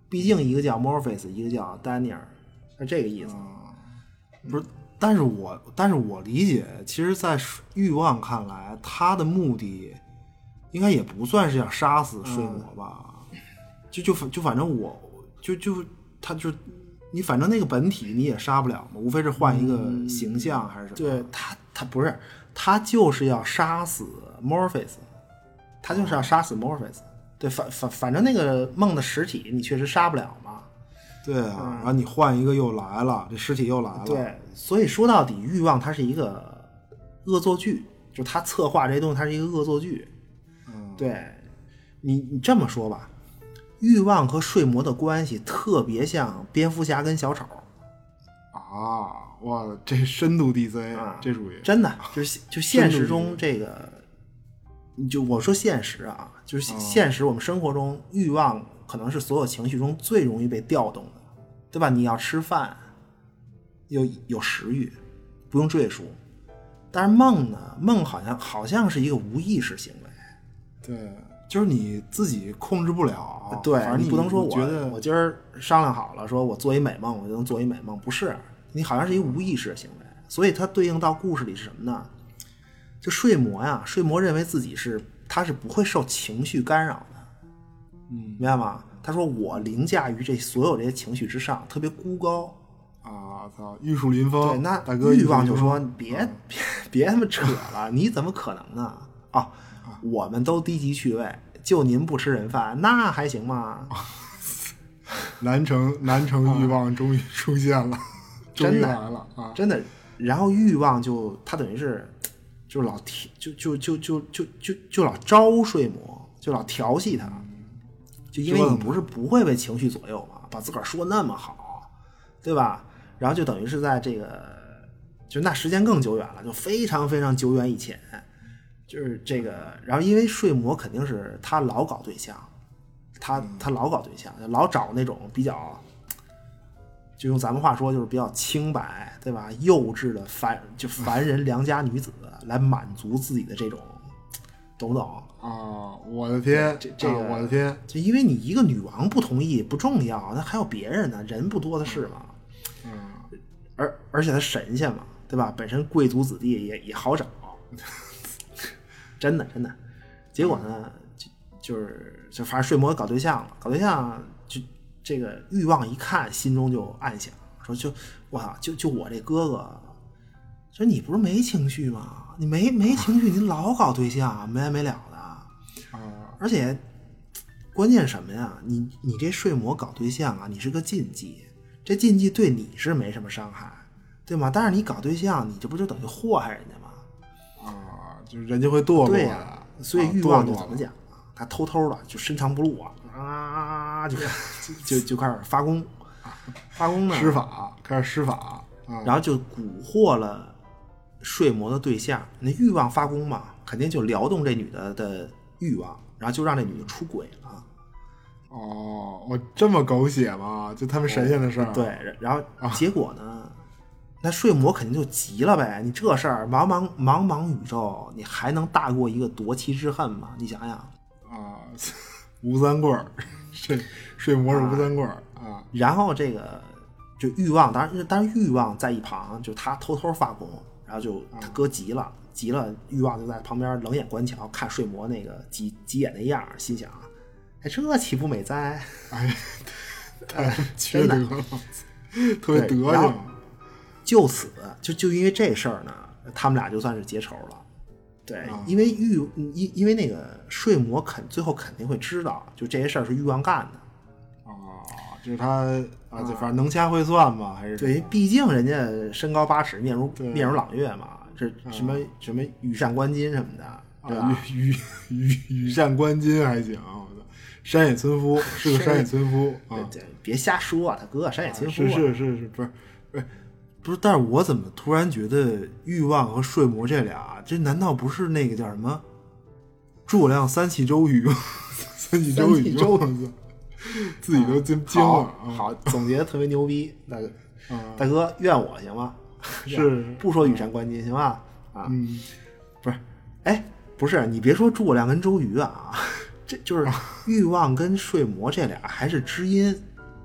毕竟一个叫 Morpheus， 一个叫丹尼尔，是这个意思。 嗯、不是，但是我但是我理解，其实，在欲望看来，他的目的应该也不算是要杀死睡魔吧？嗯、就就就反正我就就他就你反正那个本体你也杀不了嘛，无非是换一个形象还是什么？ 对他他不是他就是要杀死 Morpheus， 他就是要杀死 Morpheus。对，反反反正那个梦的实体你确实杀不了嘛。 对啊，嗯、然后你换一个又来了，这尸体又来了。 对，所以说到底，欲望它是一个恶作剧，就他策划这些东西，它是一个恶作剧。 嗯， 对，你你这么说吧，欲望和睡魔的关系特别像蝙蝠侠跟小丑。 啊，哇，这深度 D C 啊，这属于真的就是就现实中这个。就我说现实啊，就是现实我们生活中欲望可能是所有情绪中最容易被调动的，对吧？你要吃饭有有食欲，不用赘述。但是梦呢，梦好像好像是一个无意识行为。 对，就是你自己控制不了。 对， 反正你不能说我觉得我今儿商量好了，说我做一美梦，我就能做一美梦，不是，你好像是一个无意识的行为。所以它对应到故事里是什么呢？就睡魔呀，睡魔认为自己是他是不会受情绪干扰的， 嗯， 明白吗？他说我凌驾于这所有这些情绪之上，特别孤高啊！操，玉树临风。 对，那大哥欲望就说别、嗯、别别他妈扯了，你怎么可能呢？啊，啊我们都低级趣味，就您不吃人饭，那还行吗？ 南城南城欲望终于出现了，终于来了啊！ 真的，然后欲望就他等于是。就老就就就就就就就老招睡魔，就老调戏他，就因为你不是不会被情绪左右嘛，把自个儿说那么好，对吧？然后就等于是在这个，就那时间更久远了，就非常非常久远以前，就是这个，然后因为睡魔肯定是他老搞对象，他他老搞对象，老找那种比较。就用咱们话说，就是比较清白，对吧？幼稚的凡就凡人良家女子来满足自己的这种，懂不懂啊？我的天， 这这个、 啊、我的天， 就因为你一个女王不同意不重要，那还有别人呢，人不多的是嘛。 嗯， 而而且他神仙嘛，对吧？本身贵族子弟也也好找，真的真的。结果呢，就就是就反正睡魔搞对象了，搞对象就。这个欲望一看，心中就暗想，说就我操，就就我这哥哥，说你不是没情绪吗？你没没情绪，你老搞对象，没完没了的啊！ 而且关键什么呀？你你这睡魔搞对象啊，你是个禁忌，这禁忌对你是没什么伤害，对吗？但是你搞对象，你这不就等于祸害人家吗？ 啊，就是人家会堕落的。 对呀、啊，所以欲望就怎么讲啊？他偷偷的就深藏不露啊。啊，就就就开始发功，发功呢， 施法，开始施法， 嗯、然后就蛊惑了睡魔的对象。那欲望发功嘛，肯定就撩动这女的的欲望，然后就让这女的出轨了。 哦，我这么狗血吗？就他们神仙的事儿、 哦。对，然后结果呢，啊、那睡魔肯定就急了呗。你这事儿，茫茫茫茫宇宙，你还能大过一个夺妻之恨吗？你想想啊。吴三桂儿，睡睡魔是吴三桂儿 啊, 啊。 然后这个就欲望，当然当然欲望在一旁，就他偷偷发功，然后就他哥急了，急了，欲望就在旁边冷眼观瞧，看睡魔那个急急眼那样，心想，哎，这岂不美哉？ 哎，太缺德了，特别德行。 就此就就因为这事儿呢，他们俩就算是结仇了。对， 啊、 因为欲因因为那个睡魔肯最后肯定会知道，就这些事儿是欲望干的。 哦，就是他啊，就反正能掐会算嘛，还是对，毕竟人家身高八尺，面如面如朗月嘛，这什么、啊、什么羽扇纶巾什么的，对吧？ 羽羽羽扇纶巾还行，山野村夫是个山野村夫啊！ 对，别瞎说啊，大哥，山野村夫、啊啊、是是是是，不是不是。不是，但是我怎么突然觉得欲望和睡魔这俩，这难道不是那个叫什么诸葛亮三气周瑜吗？三气周瑜，自己都惊惊了。 好，好总结的特别牛逼，大哥， 啊、 大哥怨我行吗？ 是不说羽扇纶巾行吧？啊， 嗯， 不是，哎，不是，你别说诸葛亮跟周瑜啊，这就是欲望跟睡魔这俩还是知音。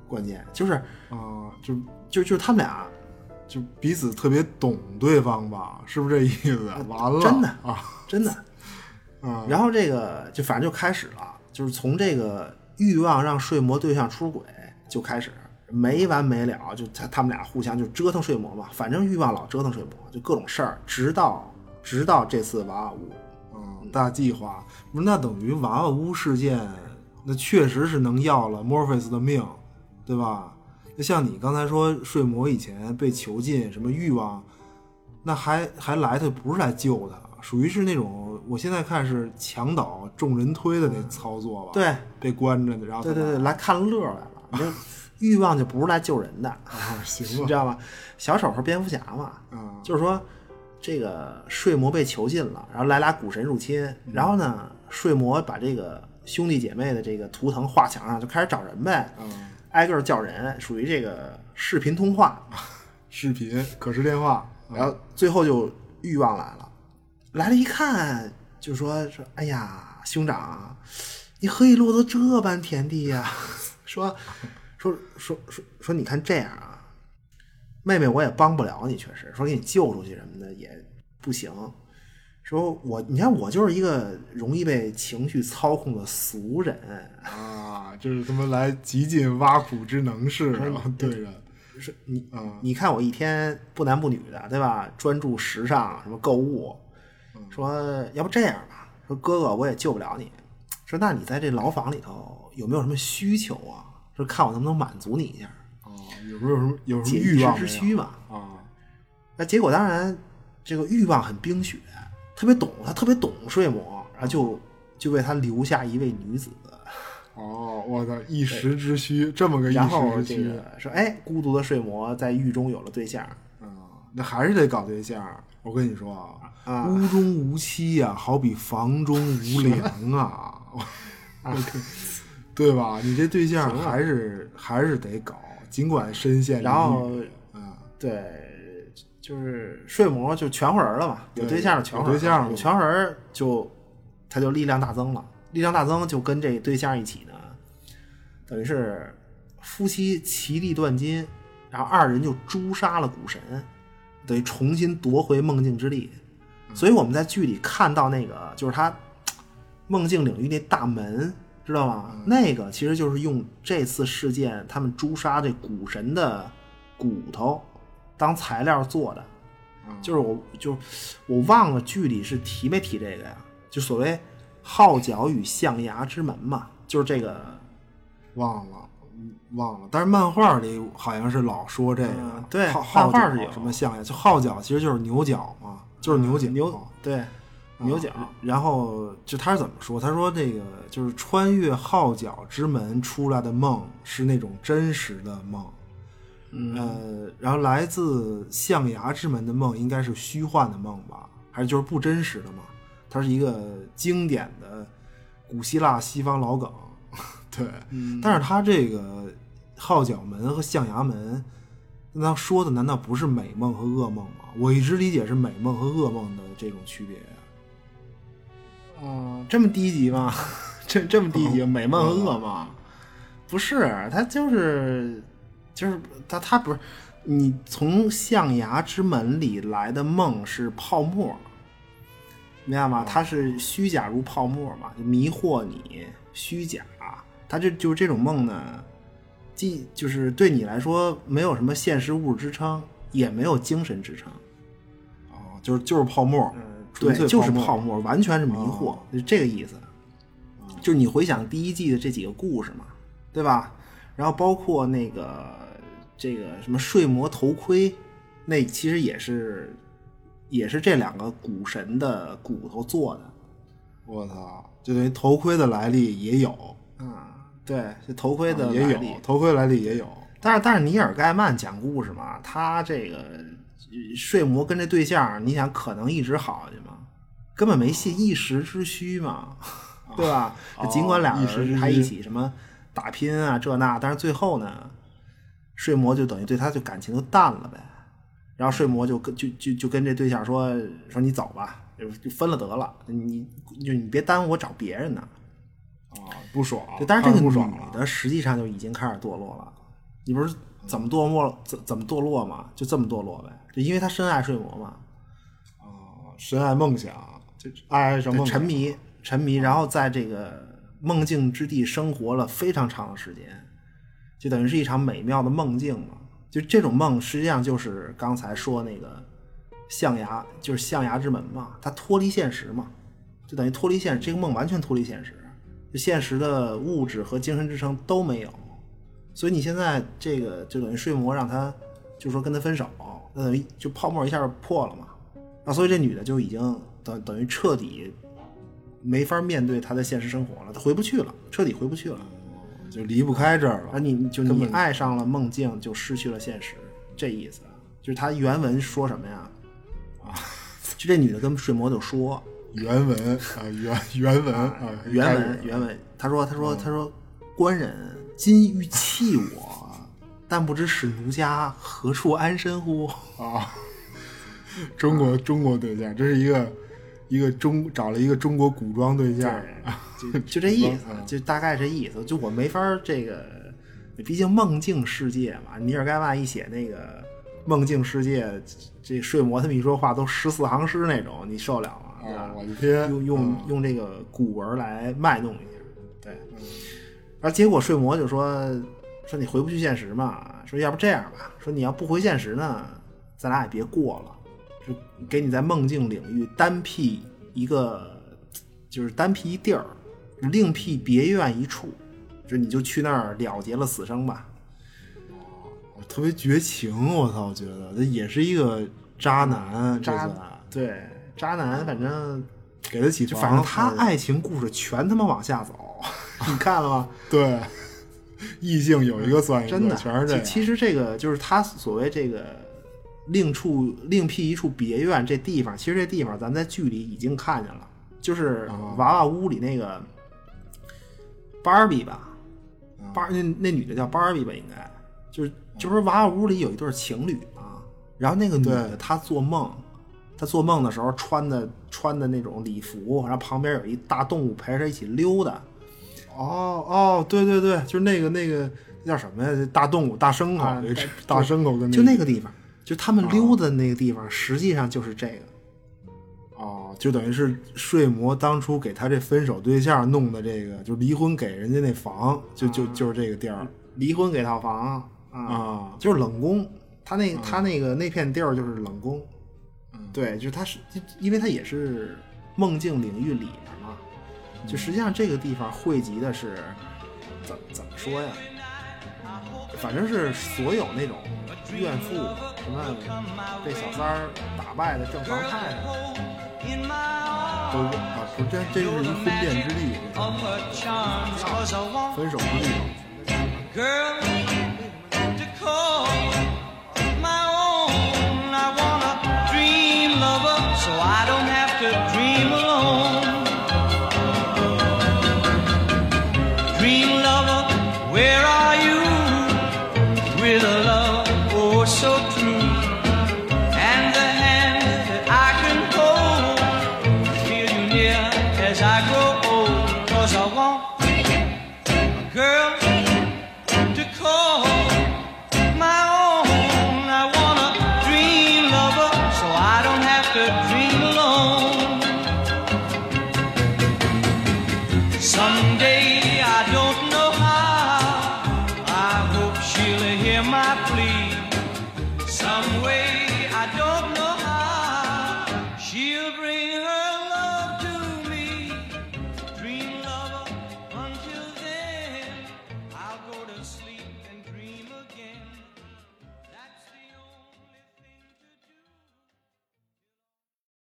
关键就是啊，就就就是他们俩就彼此特别懂对方吧，是不是这意思？完了， 真的啊， 真的啊， 然后这个就反正就开始了，就是从这个欲望让睡魔对象出轨就开始没完没了，就他他们俩互相就折腾睡魔嘛，反正欲望老折腾睡魔，就各种事儿，直到直到这次娃娃屋， 嗯，大计划不是那等于娃娃屋事件，那确实是能要了墨菲斯的命，对吧？就像你刚才说，睡魔以前被囚禁，什么欲望，那还还来他不是来救他，属于是那种我现在看是墙倒众人推的那操作吧？ 对， 被关着的，然后对对对，来看乐来了。你这欲望就不是来救人的， 啊，行你知道吗？小丑和蝙蝠侠嘛， 啊， 就是说这个睡魔被囚禁了，然后来俩古神入侵，然后呢，睡魔把这个兄弟姐妹的这个图腾画墙上，就开始找人呗， 嗯， 挨个叫人，属于这个视频通话， 视频可视电话， 然后最后就欲望来了，来了一看就说说，哎呀，兄长，你何以落得这般田地呀？说说说说说，你看这样啊，妹妹我也帮不了你，确实说给你救出去什么的也不行。说我你看我就是一个容易被情绪操控的俗人啊，就是他妈来极尽挖苦之能事啊，对着。 是你、 嗯、 你看我一天不男不女的，对吧？专注时尚，什么购物，说要不这样吧，说哥哥我也救不了你，说那你在这牢房里头有没有什么需求啊？说看我能不能满足你一下。 哦，有没有什么有什么欲望之需嘛？ 啊， 那结果当然这个欲望很冰雪，特别懂他，特别懂睡魔，然后就就为他留下一位女子。 哦，我操，一时之需，这么个一然后时之需。 这个说，哎，孤独的睡魔在狱中有了对象， 啊、嗯，那还是得搞对象。我跟你说啊， 啊屋中无妻呀、啊，好比房中无粮啊， 啊对吧？你这对象还是还是得搞，尽管深陷。 然后， 啊， 对，就是睡魔就全乎人了嘛，有对象就全乎人， 有对象有全乎人就他就力量大增了，力量大增就跟这对象一起呢，等于是夫妻齐力断金，然后二人就诛杀了古神，等于重新夺回梦境之力。所以我们在剧里看到那个就是他梦境领域那大门，知道吗？嗯、那个其实就是用这次事件他们诛杀这古神的骨头当材料做的。嗯、就是我就我忘了剧里是提没提这个呀？就所谓号角与象牙之门嘛，就是这个忘了忘了，但是漫画里好像是老说这个。 嗯、对， 漫画是有什么象牙，就号角其实就是牛角嘛，就是牛角、 嗯、牛对。牛角、 啊，然后就他是怎么说？他说这个就是穿越号角之门出来的梦是那种真实的梦， 嗯、 呃，然后来自象牙之门的梦应该是虚幻的梦吧，还是就是不真实的梦？它是一个经典的古希腊西方老梗，对。 嗯、 但是他这个号角门和象牙门，那说的难道不是美梦和噩梦吗？我一直理解是美梦和噩梦的这种区别。 哦，这么低级吗？这这么低级，美梦和噩梦？不是，他就是就是他他不是你从象牙之门里来的梦是泡沫，明白吗？它是虚假如泡沫嘛，就迷惑你虚假。他这就是这种梦呢，既就是对你来说没有什么现实物质支撑，也没有精神支撑。 哦，就是就是泡沫。 嗯对，就是泡沫，完全是迷惑， 哦、 就这个意思。 哦、 就是你回想第一季的这几个故事嘛，对吧？然后包括那个这个什么睡魔头盔，那其实也是也是这两个古神的骨头做的。 我操，就等于头盔的来历也有。 嗯，对，这头盔的来历、 啊、也有，头盔来历也有。 但是但是尼尔盖曼讲故事嘛，他这个。睡魔跟这对象，你想可能一直好下去吗？根本没戏，一时之需嘛，哦、对吧？哦、尽管俩人还一起什么打拼啊这那，但是最后呢，睡魔就等于对他就感情就淡了呗。然后睡魔就跟就就就跟这对象说说你走吧，就就分了得了，你就你别耽误我找别人呢。 啊、哦，不爽。 就但是这个女不爽的实际上就已经开始堕落了。 你不是怎么堕落怎怎么堕落嘛？就这么堕落呗，就因为他深爱睡魔嘛。 哦，深爱梦想，就爱上梦想， 沉迷沉迷，然后在这个梦境之地生活了非常长的时间，就等于是一场美妙的梦境嘛。就这种梦实际上就是刚才说那个象牙，就是象牙之门嘛，它脱离现实嘛，就等于脱离现实，这个梦完全脱离现实，就现实的物质和精神支撑都没有。所以你现在这个就等于睡魔让他就说跟他分手，那等于就泡沫一下破了嘛。那所以这女的就已经等等于彻底没法面对她的现实生活了，她回不去了，彻底回不去了， 就离不开这儿了。 啊，你就你爱上了梦境，就失去了现实，这意思。就是他原文说什么呀？啊，就这女的跟睡魔就说原文啊，原原文啊， 原文原文，他说他说、嗯、他说，官人今欲弃我，但不知使奴家何处安身乎？ 啊，中国、啊、中国对象，这是一个一个中找了一个中国古装对象， 就就这意思，就大概这意思。就我没法这个，毕竟梦境世界嘛，尼尔盖曼一写那个梦境世界，这睡魔他们一说话都十四行诗那种，你受了吗？ 啊，我的天！ 用用、嗯、用这个古文来卖弄一下，对。嗯、而结果睡魔就说说你回不去现实嘛，说要不这样吧，说你要不回现实呢，咱俩也别过了，就给你在梦境领域单辟一个，就是单辟一地儿，另辟别院一处，就你就去那儿了结了死生吧。 特别绝情，我操！我觉得这也是一个渣男， 渣对渣男，反正给得起房， 反正他爱情故事全他妈往下走，你看了吗？ 对，异性有一个算一个， 真的全是这样。 其实这个就是他所谓这个另处另辟一处别院这地方，其实这地方咱在剧里已经看见了，就是娃娃屋里那个芭比吧，芭、嗯、那那女的叫芭比吧，应该就是就是娃娃屋里有一对情侣嘛，然后那个女的她做梦，她做梦的时候穿的穿的那种礼服，然后旁边有一大动物陪着她一起溜达。 哦哦，对对对，就是那个那个叫什么呀？大动物、大牲口，啊、大牲口跟、那个、 就那个地方，就他们溜达的那个地方，哦、实际上就是这个。 哦，就等于是睡魔当初给他这分手对象弄的这个，就离婚给人家那房，就就就是这个地儿， 离婚给套房。啊、嗯，就是冷宫，他那、嗯、他那个那片地儿就是冷宫，嗯，对，就是他是，因为他也是梦境领域里面嘛，嗯、就实际上这个地方汇集的是怎怎么说呀？反正是所有那种怨妇，什么被小三儿打败的正房太太， 都啊，不，这这就是一婚变之地，分手之地。 Call my own, I want a dream lover, so I don't have to dream alone. Dream lover, where are you? With a love oh so true, and the hand that I can hold, feel you near as I grow old, 'cause I want a girl to call my own. I want a dream lover, so I don't have to dream alone. Some